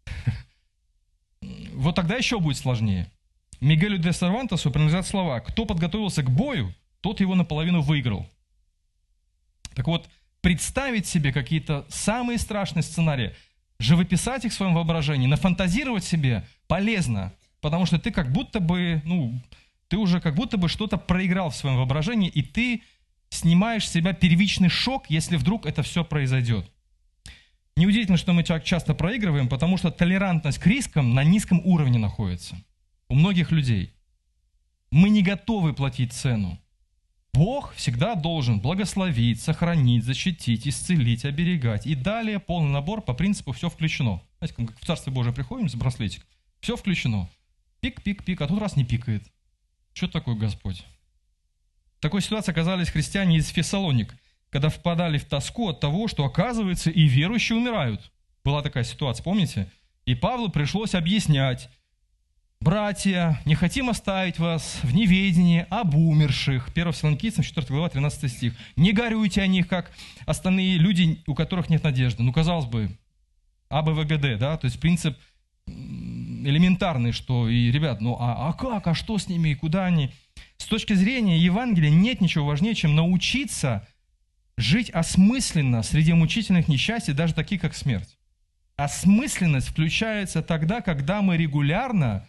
[SPEAKER 2] Вот тогда еще будет сложнее. Мигелю де Сервантесу принадлежат слова: «Кто подготовился к бою, тот его наполовину выиграл». Так вот, представить себе какие-то самые страшные сценарии, живописать их в своем воображении, нафантазировать себе полезно, потому что ты ты уже как будто бы что-то проиграл в своем воображении, и ты снимаешь с себя первичный шок, если вдруг это все произойдет. Неудивительно, что мы так часто проигрываем, потому что толерантность к рискам на низком уровне находится у многих людей. Мы не готовы платить цену. Бог всегда должен благословить, сохранить, защитить, исцелить, оберегать. И далее полный набор по принципу «все включено». Знаете, как в Царствие Божие приходим с браслетик, все включено. Пик, а тут раз не пикает. Что такое, Господь? В такой ситуации оказались христиане из Фессалоник, когда впадали в тоску от того, что, оказывается, и верующие умирают. Была такая ситуация, помните? И Павлу пришлось объяснять: «Братья, не хотим оставить вас в неведении об умерших». 1 Фессалоникийцам, 4 глава, 13 стих. «Не горюйте о них, как остальные люди, у которых нет надежды». Казалось бы, АБВГД, да, то есть принцип элементарный, что, и, ребят, как, а что с ними, и куда они? С точки зрения Евангелия нет ничего важнее, чем научиться жить осмысленно среди мучительных несчастий, даже таких, как смерть. Осмысленность включается тогда, когда мы регулярно,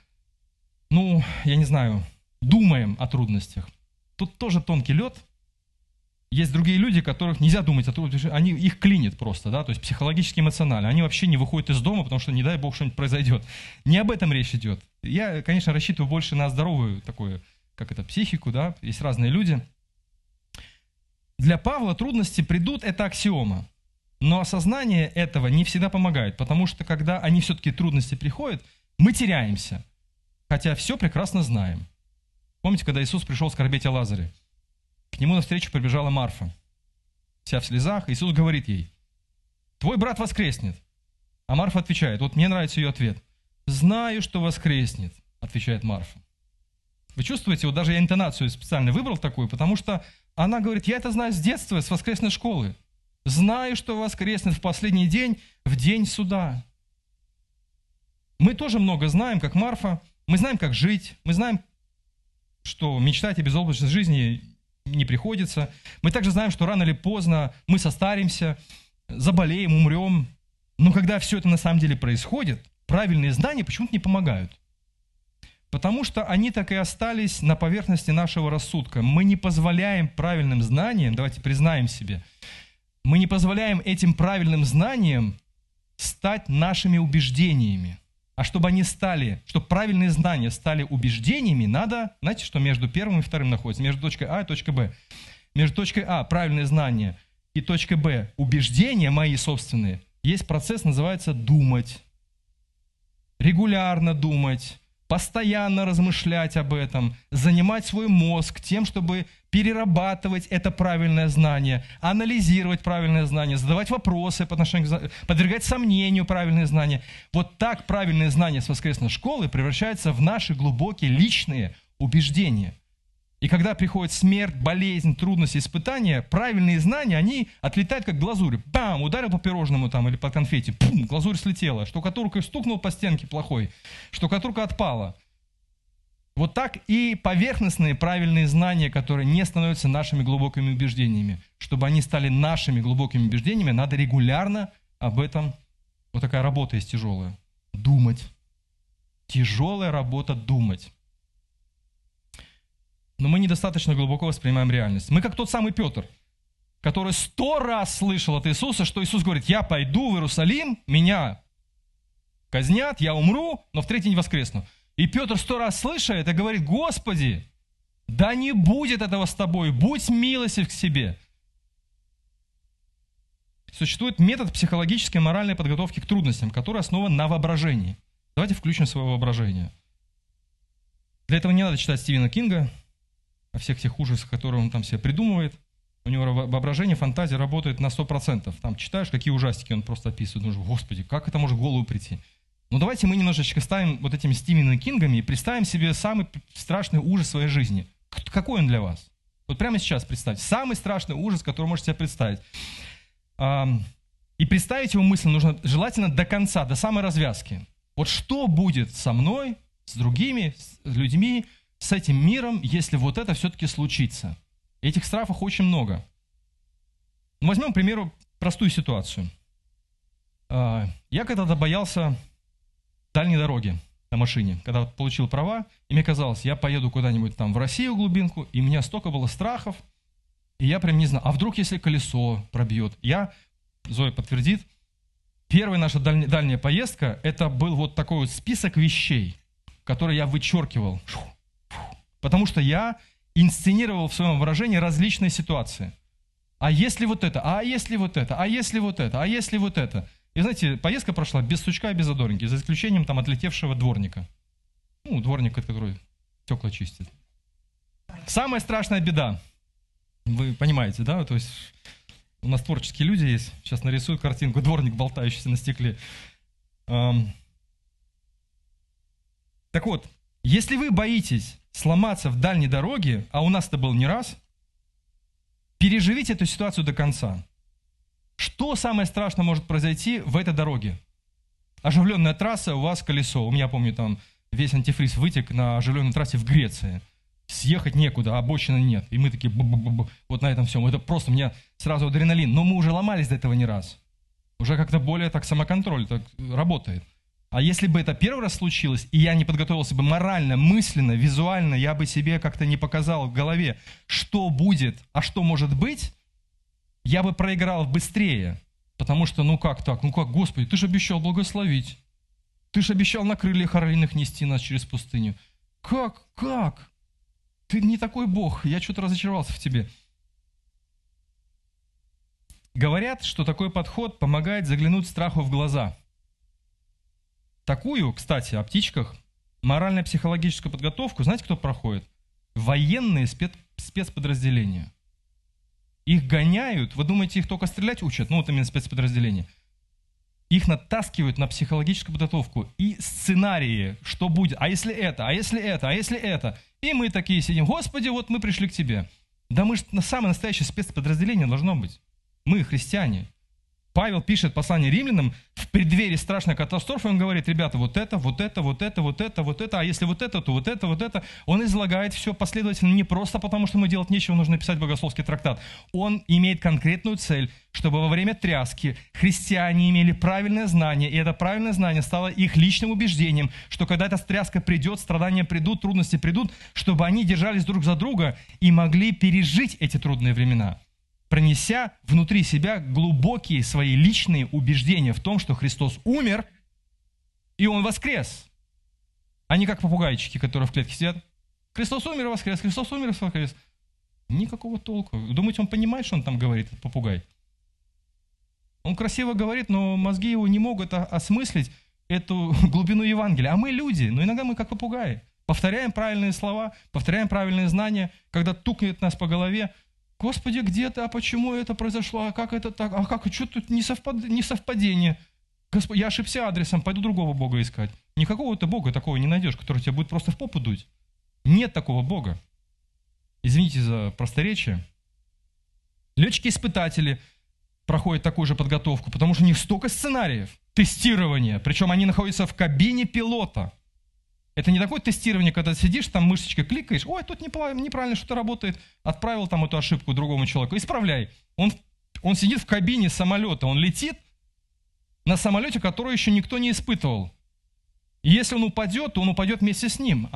[SPEAKER 2] думаем о трудностях. Тут тоже тонкий лед. Есть другие люди, которых нельзя думать о трудностях, их клинит просто, да, то есть психологически, эмоционально. Они вообще не выходят из дома, потому что, не дай Бог, что-нибудь произойдет. Не об этом речь идет. Я, конечно, рассчитываю больше на здоровую такую, психику, да, есть разные люди. Для Павла трудности придут, это аксиома. Но осознание этого не всегда помогает, потому что, когда они все-таки трудности приходят, мы теряемся, хотя все прекрасно знаем. Помните, когда Иисус пришел скорбеть о Лазаре? К нему навстречу прибежала Марфа, вся в слезах. Иисус говорит ей: «Твой брат воскреснет». А Марфа отвечает, мне нравится ее ответ: «Знаю, что воскреснет», отвечает Марфа. Вы чувствуете, даже я интонацию специально выбрал такую, потому что она говорит: «Я это знаю с детства, с воскресной школы. Знаю, что воскреснет в последний день, в день суда». Мы тоже много знаем, как Марфа. Мы знаем, как жить. Мы знаем, что мечтать о безоблачной жизни не приходится. Мы также знаем, что рано или поздно мы состаримся, заболеем, умрем. Но когда все это на самом деле происходит, правильные знания почему-то не помогают. Потому что они так и остались на поверхности нашего рассудка. Мы не позволяем правильным знаниям, давайте признаем себе, мы не позволяем этим правильным знаниям стать нашими убеждениями. А чтобы они стали, чтобы правильные знания стали убеждениями, надо, знаете, что между первым и вторым находится? Между точкой А и точкой Б. Между точкой А, правильные знания, и точкой Б, убеждения мои собственные, есть процесс, называется думать. Регулярно думать, постоянно размышлять об этом, занимать свой мозг тем, чтобы перерабатывать это правильное знание, анализировать правильное знание, задавать вопросы по отношению к подвергать сомнению правильные знания. Вот так правильные знания с воскресной школы превращаются в наши глубокие личные убеждения. И когда приходит смерть, болезнь, трудности, испытания, правильные знания, они отлетают как глазурь. Бам! Ударил по пирожному там или по конфете, пум, глазурь слетела. Штукатуркой стукнул по стенке плохой, штукатурка отпала. Вот так и поверхностные правильные знания, которые не становятся нашими глубокими убеждениями. Чтобы они стали нашими глубокими убеждениями, надо регулярно об этом, вот такая работа есть тяжелая, думать. Тяжелая работа думать. Но мы недостаточно глубоко воспринимаем реальность. Мы как тот самый Петр, который 100 раз слышал от Иисуса, что Иисус говорит: я пойду в Иерусалим, меня казнят, я умру, но в третий день воскресну. И Петр 100 раз слыша это говорит: Господи, да не будет этого с тобой, будь милостив к себе. Существует метод психологической и моральной подготовки к трудностям, который основан на воображении. Давайте включим свое воображение. Для этого не надо читать Стивена Кинга, о всех тех ужасах, которые он там себе придумывает. У него воображение, фантазия работает на 100%. Там читаешь, какие ужастики он просто описывает. Думаешь: Господи, как это может в голову прийти? Ну давайте мы немножечко ставим вот этими Стивенами Кингами и представим себе самый страшный ужас своей жизни. Какой он для вас? Вот прямо сейчас представьте. Самый страшный ужас, который можете себе представить. И представить его мысль нужно желательно до конца, до самой развязки. Вот что будет со мной, с другими с людьми, с этим миром, если вот это все-таки случится? Этих страхов очень много. Возьмем, к примеру, простую ситуацию. Я когда-то боялся дальней дороги на машине, когда получил права, и мне казалось, я поеду куда-нибудь там в Россию глубинку, и у меня столько было страхов, и я прям не знаю, а вдруг если колесо пробьет? Зоя подтвердит, первая наша дальняя поездка, это был вот такой вот список вещей, которые я вычеркивал, потому что я инсценировал в своем выражении различные ситуации. А если вот это, а если вот это, а если вот это, а если вот это? И знаете, поездка прошла без сучка и без задоринки, за исключением там отлетевшего дворника. Ну, дворник, который стекла чистит. Самая страшная беда. Вы понимаете, да? То есть у нас творческие люди есть. Сейчас нарисуют картинку, дворник, болтающийся на стекле. Так вот, если вы боитесь сломаться в дальней дороге, а у нас это было не раз, переживите эту ситуацию до конца. Что самое страшное может произойти в этой дороге? Оживленная трасса, у вас колесо. У меня, помню, там весь антифриз вытек на оживленной трассе в Греции. Съехать некуда, обочины нет. И мы такие, вот на этом всем. Это просто у меня сразу адреналин. Но мы уже ломались до этого не раз. Уже как-то более так самоконтроль так работает. А если бы это первый раз случилось, и я не подготовился бы морально, мысленно, визуально, я бы себе как-то не показал в голове, что будет, а что может быть, я бы проиграл быстрее. Потому что, ну как так? Ну как, Господи, ты же обещал благословить. Ты же обещал на крыльях орлиных нести нас через пустыню. Как? Ты не такой Бог, я что-то разочаровался в тебе. Говорят, что такой подход помогает заглянуть страху в глаза. Такую, кстати, о птичках, морально-психологическую подготовку, знаете, кто проходит? Военные спецподразделения. Их гоняют, вы думаете, их только стрелять учат? Ну, вот именно спецподразделения. Их натаскивают на психологическую подготовку и сценарии, что будет, а если это, а если это, а если это. И мы такие сидим: Господи, вот мы пришли к Тебе. Да мы же самое настоящее спецподразделение должно быть. Мы христиане. Павел пишет послание римлянам в преддверии страшной катастрофы, он говорит: ребята, вот это, а если вот это, то вот это. Он излагает все последовательно, не просто потому, что ему делать нечего, нужно писать богословский трактат. Он имеет конкретную цель, чтобы во время тряски христиане имели правильное знание, и это правильное знание стало их личным убеждением, что когда эта тряска придет, страдания придут, трудности придут, чтобы они держались друг за друга и могли пережить эти трудные времена, пронеся внутри себя глубокие свои личные убеждения в том, что Христос умер, и Он воскрес. А не как попугайчики, которые в клетке сидят. Христос умер и воскрес, Христос умер и воскрес. Никакого толку. Думаете, он понимает, что он там говорит, этот попугай? Он красиво говорит, но мозги его не могут осмыслить эту глубину Евангелия. А мы люди, но иногда мы как попугаи. Повторяем правильные слова, повторяем правильные знания, когда тукнет нас по голове: Господи, где ты? А почему это произошло? А как это так? А как? Что тут несовпадение? Господи, я ошибся адресом, пойду другого Бога искать. Никакого-то Бога такого не найдешь, который тебя будет просто в попу дуть. Нет такого Бога. Извините за просторечие. Летчики-испытатели проходят такую же подготовку, потому что у них столько сценариев тестирования, причем они находятся в кабине пилота. Это не такое тестирование, когда сидишь, там мышечкой кликаешь: ой, тут неправильно что-то работает, отправил там эту ошибку другому человеку, исправляй. Он сидит в кабине самолета, он летит на самолете, который еще никто не испытывал. И если он упадет, то он упадет вместе с ним,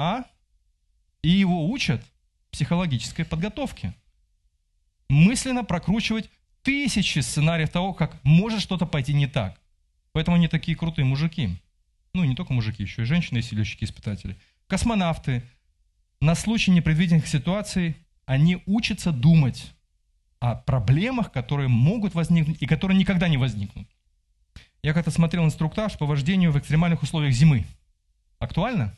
[SPEAKER 2] И его учат психологической подготовке. Мысленно прокручивать тысячи сценариев того, как может что-то пойти не так. Поэтому они такие крутые мужики. Ну, не только мужики, еще и женщины, и летчики-испытатели. Космонавты. На случай непредвиденных ситуаций они учатся думать о проблемах, которые могут возникнуть и которые никогда не возникнут. Я как-то смотрел инструктаж по вождению в экстремальных условиях зимы. Актуально?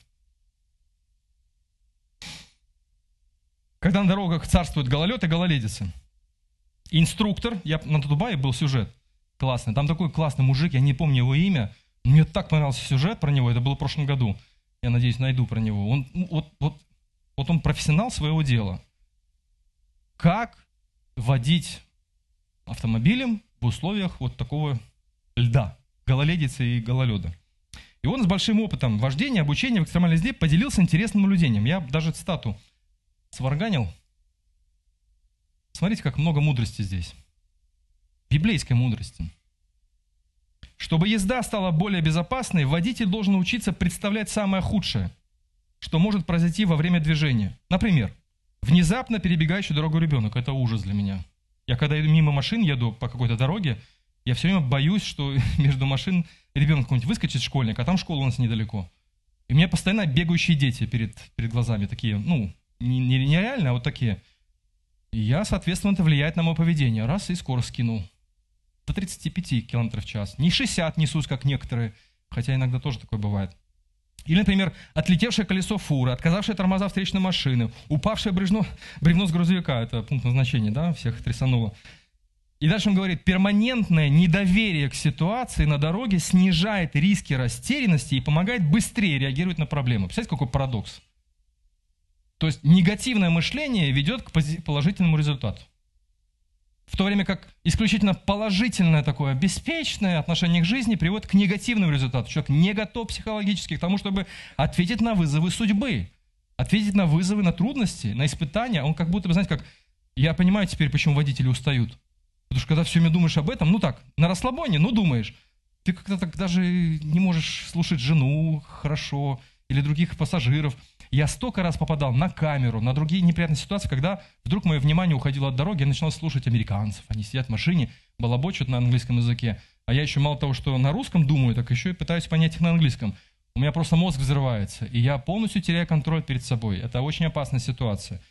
[SPEAKER 2] Когда на дорогах царствуют гололед и гололедица. Инструктор, на Дубае был сюжет классный, там такой классный мужик, я не помню его имя, мне так понравился сюжет про него, это было в прошлом году, я надеюсь, найду про него. Он профессионал своего дела. Как водить автомобилем в условиях вот такого льда, гололедицы и гололеда. И он с большим опытом вождения, обучения в экстремальной езде поделился интересным наблюдением. Я даже цитату сварганил. Смотрите, как много мудрости здесь. Библейской мудрости. Чтобы езда стала более безопасной, водитель должен учиться представлять самое худшее, что может произойти во время движения. Например, внезапно перебегающий дорогу ребенок. Это ужас для меня. Я когда мимо машин еду по какой-то дороге, я все время боюсь, что между машин ребенок какой-нибудь выскочит, школьник, а там школа у нас недалеко. И у меня постоянно бегающие дети перед глазами, такие, не реально, а вот такие. И я, соответственно, это влияет на мое поведение. Раз, и скорость скинул. До 35 км в час. Не 60 несусь, как некоторые, хотя иногда тоже такое бывает. Или, например, отлетевшее колесо фуры, отказавшие тормоза встречной машины, упавшее бревно с грузовика, это пункт назначения, да, всех трясануло. И дальше он говорит: перманентное недоверие к ситуации на дороге снижает риски растерянности и помогает быстрее реагировать на проблемы. Представляете, какой парадокс? То есть негативное мышление ведет к положительному результату. В то время как исключительно положительное такое, беспечное отношение к жизни приводит к негативному результату. Человек не готов психологически к тому, чтобы ответить на вызовы судьбы, ответить на вызовы, на трудности, на испытания. Он как будто бы, знаете, как... Я понимаю теперь, почему водители устают. Потому что когда все время думаешь об этом, на расслабоне, думаешь, ты как-то так даже не можешь слушать жену хорошо или других пассажиров. Я столько раз попадал на камеру, на другие неприятные ситуации, когда вдруг мое внимание уходило от дороги, я начинал слушать американцев. Они сидят в машине, балабочут на английском языке. А я еще мало того, что на русском думаю, так еще и пытаюсь понять их на английском. У меня просто мозг взрывается, и я полностью теряю контроль перед собой. Это очень опасная ситуация.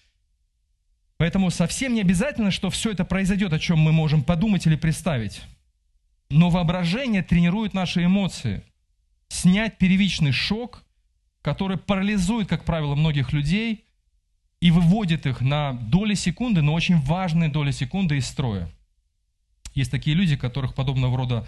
[SPEAKER 2] Поэтому совсем не обязательно, что все это произойдет, о чем мы можем подумать или представить. Но воображение тренирует наши эмоции. Снять первичный шок, который парализует, как правило, многих людей и выводит их на доли секунды, но очень важные доли секунды из строя. Есть такие люди, которых подобного рода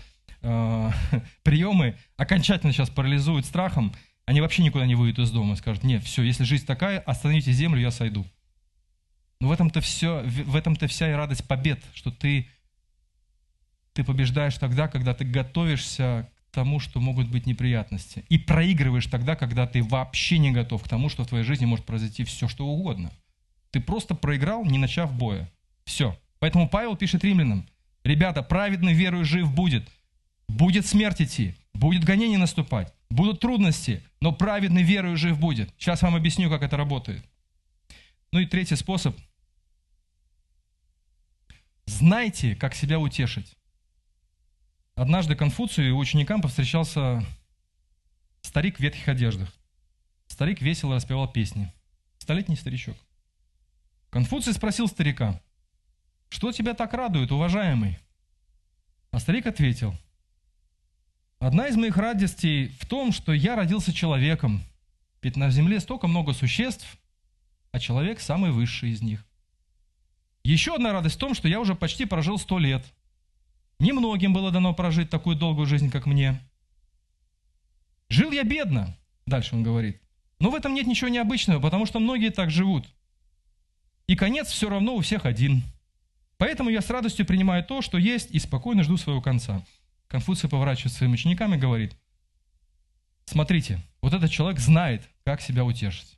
[SPEAKER 2] приемы окончательно сейчас парализуют страхом, они вообще никуда не выйдут из дома, скажут: нет, все, если жизнь такая, остановите землю, я сойду. Но в этом-то вся и радость побед, что ты ты побеждаешь тогда, когда ты готовишься к тому, что могут быть неприятности. И проигрываешь тогда, когда ты вообще не готов к тому, что в твоей жизни может произойти все, что угодно. Ты просто проиграл, не начав боя. Все. Поэтому Павел пишет римлянам: ребята, праведный верою жив будет. Будет смерть идти, будет гонение наступать, будут трудности, но праведный верою жив будет. Сейчас вам объясню, как это работает. Ну и третий способ. Знайте, как себя утешить. Однажды Конфуцию и ученикам повстречался старик в ветхих одеждах. Старик весело распевал песни. Столетний старичок. Конфуций спросил старика: «Что тебя так радует, уважаемый?» А старик ответил: «Одна из моих радостей в том, что я родился человеком, ведь на земле столько много существ, а человек самый высший из них. Еще одна радость в том, что я уже почти прожил 100 лет. Немногим было дано прожить такую долгую жизнь, как мне. Жил я бедно», дальше он говорит, «но в этом нет ничего необычного, потому что многие так живут. И конец все равно у всех один. Поэтому я с радостью принимаю то, что есть, и спокойно жду своего конца». Конфуций поворачивается к своим ученикам и говорит: «Смотрите, вот этот человек знает, как себя утешить».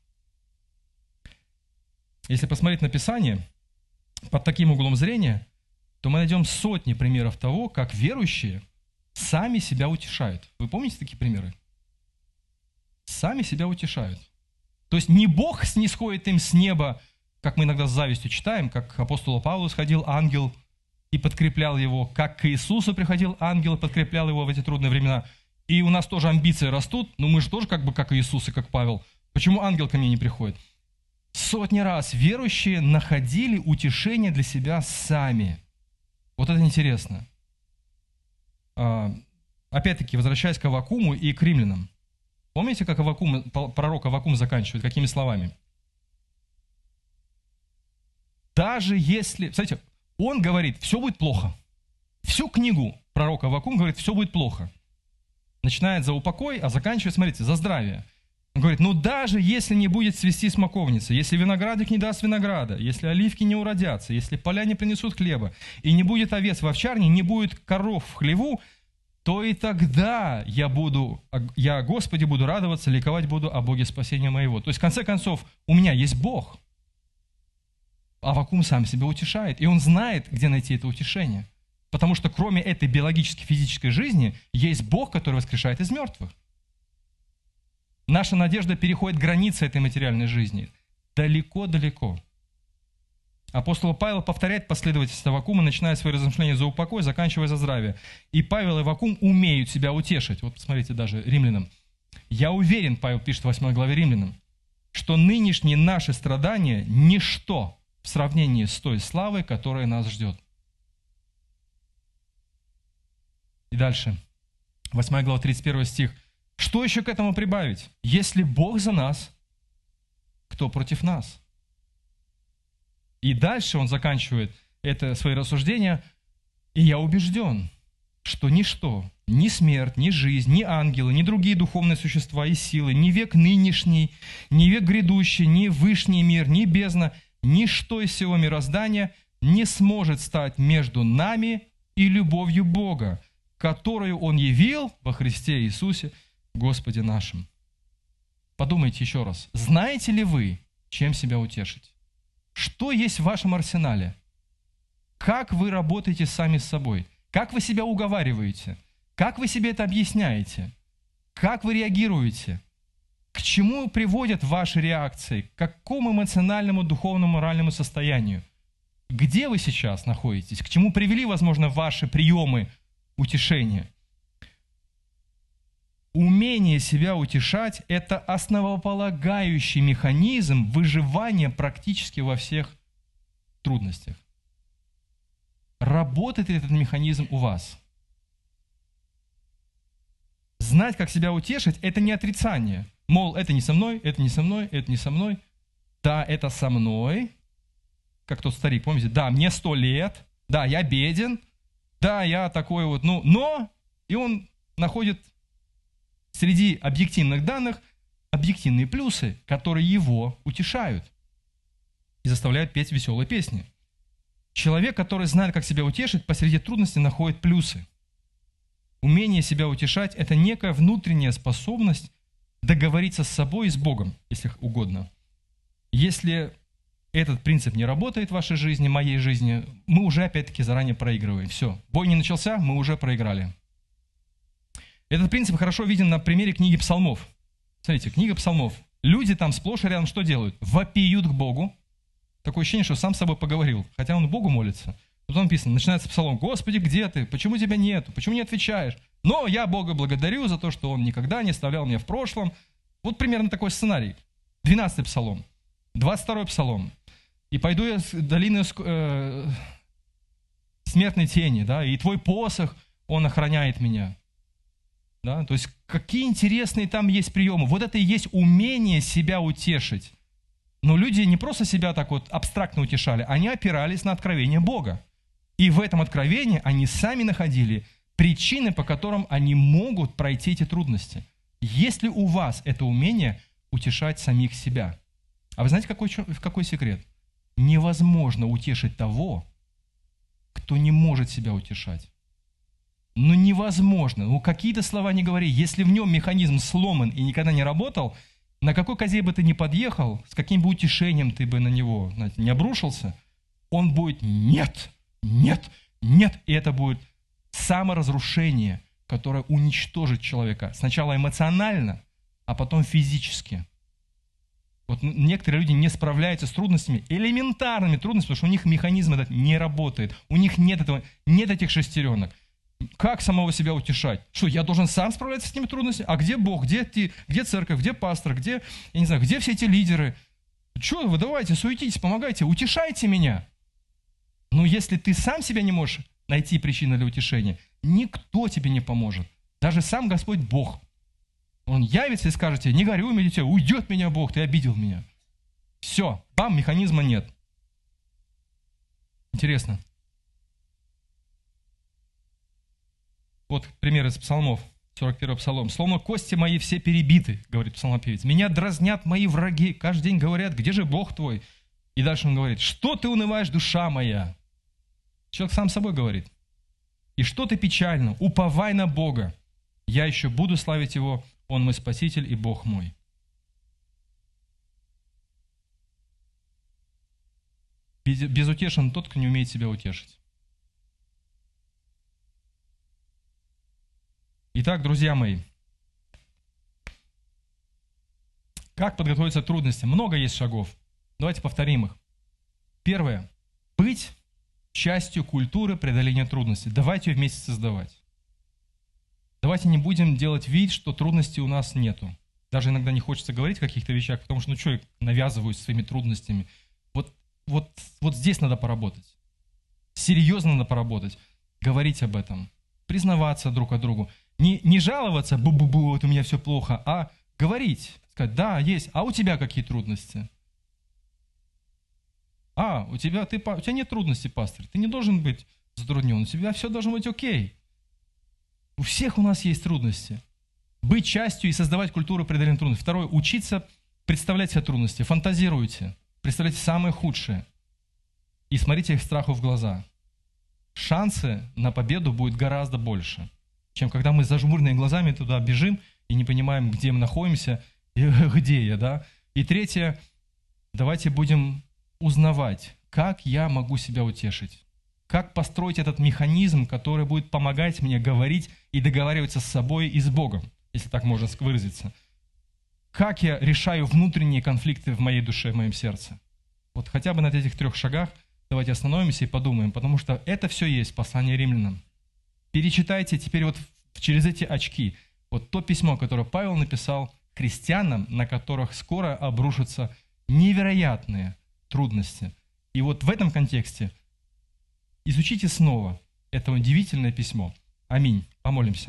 [SPEAKER 2] Если посмотреть на Писание под таким углом зрения, то мы найдем сотни примеров того, как верующие сами себя утешают. Вы помните такие примеры? Сами себя утешают. То есть не Бог снисходит им с неба, как мы иногда с завистью читаем, как к апостолу Павлу сходил ангел и подкреплял его, как к Иисусу приходил ангел и подкреплял его в эти трудные времена. И у нас тоже амбиции растут, но мы же тоже как бы как Иисус и как Павел. Почему ангел ко мне не приходит? Сотни раз верующие находили утешение для себя сами. Вот это интересно. Опять-таки, возвращаясь к Аввакуму и к римлянам. Помните, как пророк Аввакум заканчивает? Какими словами? Даже если... Смотрите, он говорит, все будет плохо. Всю книгу пророка Аввакум говорит, все будет плохо. Начинает за упокой, а заканчивает, смотрите, за здравие. Он говорит, ну даже если не будет цвести смоковница, если виноградник не даст винограда, если оливки не уродятся, если поля не принесут хлеба, и не будет овец в овчарне, не будет коров в хлеву, то и тогда я, Господи, буду радоваться, ликовать буду о Боге спасения моего. То есть, в конце концов, у меня есть Бог. Аввакум сам себя утешает, и он знает, где найти это утешение. Потому что кроме этой биологической, физической жизни, есть Бог, который воскрешает из мертвых. Наша надежда переходит границы этой материальной жизни. Далеко-далеко. Апостол Павел повторяет последовательность Аввакума, начиная свои размышления за упокой, заканчивая за здравие. И Павел и Аввакум умеют себя утешить. Вот посмотрите даже римлянам. «Я уверен», Павел пишет в 8 главе римлянам, «что нынешние наши страдания – ничто в сравнении с той славой, которая нас ждет». И дальше, 8 глава, 31 стих. «Что еще к этому прибавить? Если Бог за нас, кто против нас?» И дальше он заканчивает это свои рассуждения. «И я убежден, что ничто, ни смерть, ни жизнь, ни ангелы, ни другие духовные существа и силы, ни век нынешний, ни век грядущий, ни вышний мир, ни бездна, ничто из всего мироздания не сможет стать между нами и любовью Бога, которую Он явил во Христе Иисусе, Господе нашим». Подумайте еще раз. Знаете ли вы, чем себя утешить? Что есть в вашем арсенале? Как вы работаете сами с собой? Как вы себя уговариваете? Как вы себе это объясняете? Как вы реагируете? К чему приводят ваши реакции? К какому эмоциональному, духовному, моральному состоянию? Где вы сейчас находитесь? К чему привели, возможно, ваши приемы утешения? Умение себя утешать – это основополагающий механизм выживания практически во всех трудностях. Работает ли этот механизм у вас? Знать, как себя утешить – это не отрицание. Мол, это не со мной, это не со мной, это не со мной. Да, это со мной. Как тот старик, помните? Да, мне 100 лет. Да, я беден. Да, я такой вот, но... И он находит среди объективных данных объективные плюсы, которые его утешают и заставляют петь веселые песни. Человек, который знает, как себя утешить, посреди трудностей находит плюсы. Умение себя утешать – это некая внутренняя способность договориться с собой и с Богом, если угодно. Если этот принцип не работает в вашей жизни, моей жизни, мы уже опять-таки заранее проигрываем. Все, бой не начался, мы уже проиграли. Этот принцип хорошо виден на примере книги Псалмов. Смотрите, книга Псалмов. Люди там сплошь и рядом что делают? Вопиют к Богу. Такое ощущение, что сам с собой поговорил, хотя он Богу молится. Вот он написано, начинается псалом: «Господи, где ты? Почему тебя нету? Почему не отвечаешь? Но я Бога благодарю за то, что Он никогда не оставлял меня в прошлом». Вот примерно такой сценарий. 12-й псалом, 22-й псалом. «И пойду я с долины смертной тени, да, и Твой посох, он охраняет меня». Да? То есть какие интересные там есть приемы. Вот это и есть умение себя утешить. Но люди не просто себя так вот абстрактно утешали, они опирались на откровение Бога. И в этом откровении они сами находили причины, по которым они могут пройти эти трудности. Есть ли у вас это умение утешать самих себя? А вы знаете, какой секрет? Невозможно утешить того, кто не может себя утешать. Ну невозможно. Ну какие-то слова не говори. Если в нем механизм сломан и никогда не работал, на какой козе бы ты ни подъехал, с каким бы утешением ты бы на него, знаете, не обрушился, он будет «нет, нет, нет». И это будет саморазрушение, которое уничтожит человека. Сначала эмоционально, а потом физически. Вот некоторые люди не справляются с трудностями, элементарными трудностями, потому что у них механизм этот не работает. У них нет этих шестеренок. Как самого себя утешать? Что, я должен сам справляться с этими трудностями? А где Бог? Где церковь? Где пастор? Где, я не знаю, где все эти лидеры? Что вы, давайте, суетитесь, помогайте, утешайте меня. Но если ты сам себя не можешь найти причину для утешения, никто тебе не поможет. Даже сам Господь Бог. Он явится и скажет тебе: не горюй, мои дитя, уйдет меня Бог, ты обидел меня. Все, бам, механизма нет. Интересно. Вот пример из псалмов, 41-й псалом. «Словно кости мои все перебиты, — говорит псалмопевец, — меня дразнят мои враги, каждый день говорят: где же Бог твой?» И дальше он говорит: что ты унываешь, душа моя? Человек сам собой говорит. «И что ты печально? Уповай на Бога. Я еще буду славить Его, Он мой Спаситель и Бог мой». Безутешен тот, кто не умеет себя утешить. Итак, друзья мои, как подготовиться к трудностям? Много есть шагов. Давайте повторим их. Первое. Быть частью культуры преодоления трудностей. Давайте ее вместе создавать. Давайте не будем делать вид, что трудностей у нас нету. Даже иногда не хочется говорить о каких-то вещах, потому что, я навязываюсь своими трудностями. Вот здесь надо поработать. Серьезно надо поработать. Говорить об этом. Признаваться друг от другу. Не жаловаться: бу-бу-бу, вот у меня все плохо, а говорить. Сказать: да, есть. А у тебя какие трудности? У тебя нет трудностей, пастор. Ты не должен быть затруднен. У тебя все должно быть окей. У всех у нас есть трудности. Быть частью и создавать культуру преодоления трудностей. Второе. Учиться представлять себе трудности. Фантазируйте. Представляйте самое худшее. И смотрите их страху в глаза. Шансы на победу будет гораздо больше, чем когда мы с зажмуренными глазами туда бежим и не понимаем, где мы находимся, и где я, да. И третье. Давайте будем узнавать, как я могу себя утешить. Как построить этот механизм, который будет помогать мне говорить и договариваться с собой и с Богом, если так можно выразиться. Как я решаю внутренние конфликты в моей душе, в моем сердце. Вот хотя бы на этих 3 шагах давайте остановимся и подумаем, потому что это все есть в послании Римлянам. Перечитайте теперь вот через эти очки вот то письмо, которое Павел написал христианам, на которых скоро обрушатся невероятные трудности. И вот в этом контексте изучите снова это удивительное письмо. Аминь. Помолимся.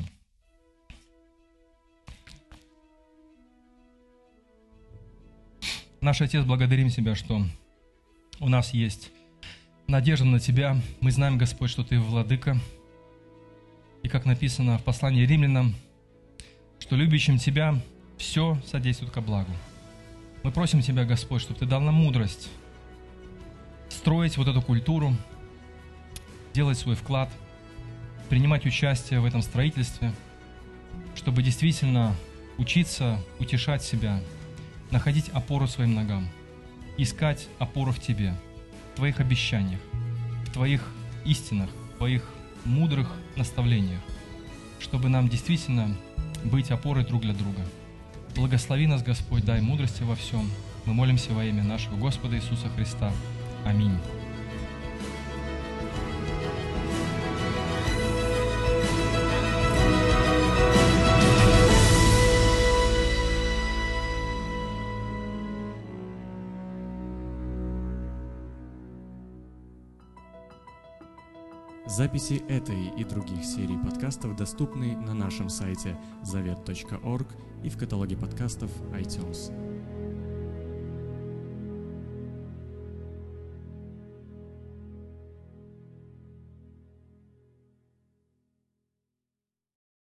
[SPEAKER 2] Наш Отец, благодарим Тебя, что у нас есть надежда на Тебя. Мы знаем, Господь, что Ты владыка. И как написано в послании Римлянам, что любящим Тебя все содействует ко благу. Мы просим Тебя, Господь, чтобы Ты дал нам мудрость строить вот эту культуру делать свой вклад, принимать участие в этом строительстве, чтобы действительно учиться, утешать себя, находить опору своим ногам, искать опору в Тебе, в Твоих обещаниях, в Твоих истинах, в Твоих мудрых наставлениях, чтобы нам действительно быть опорой друг для друга. Благослови нас, Господь, дай мудрости во всем. Мы молимся во имя нашего Господа Иисуса Христа. Аминь.
[SPEAKER 1] Записи этой и других серий подкастов доступны на нашем сайте zavet.org и в каталоге подкастов iTunes.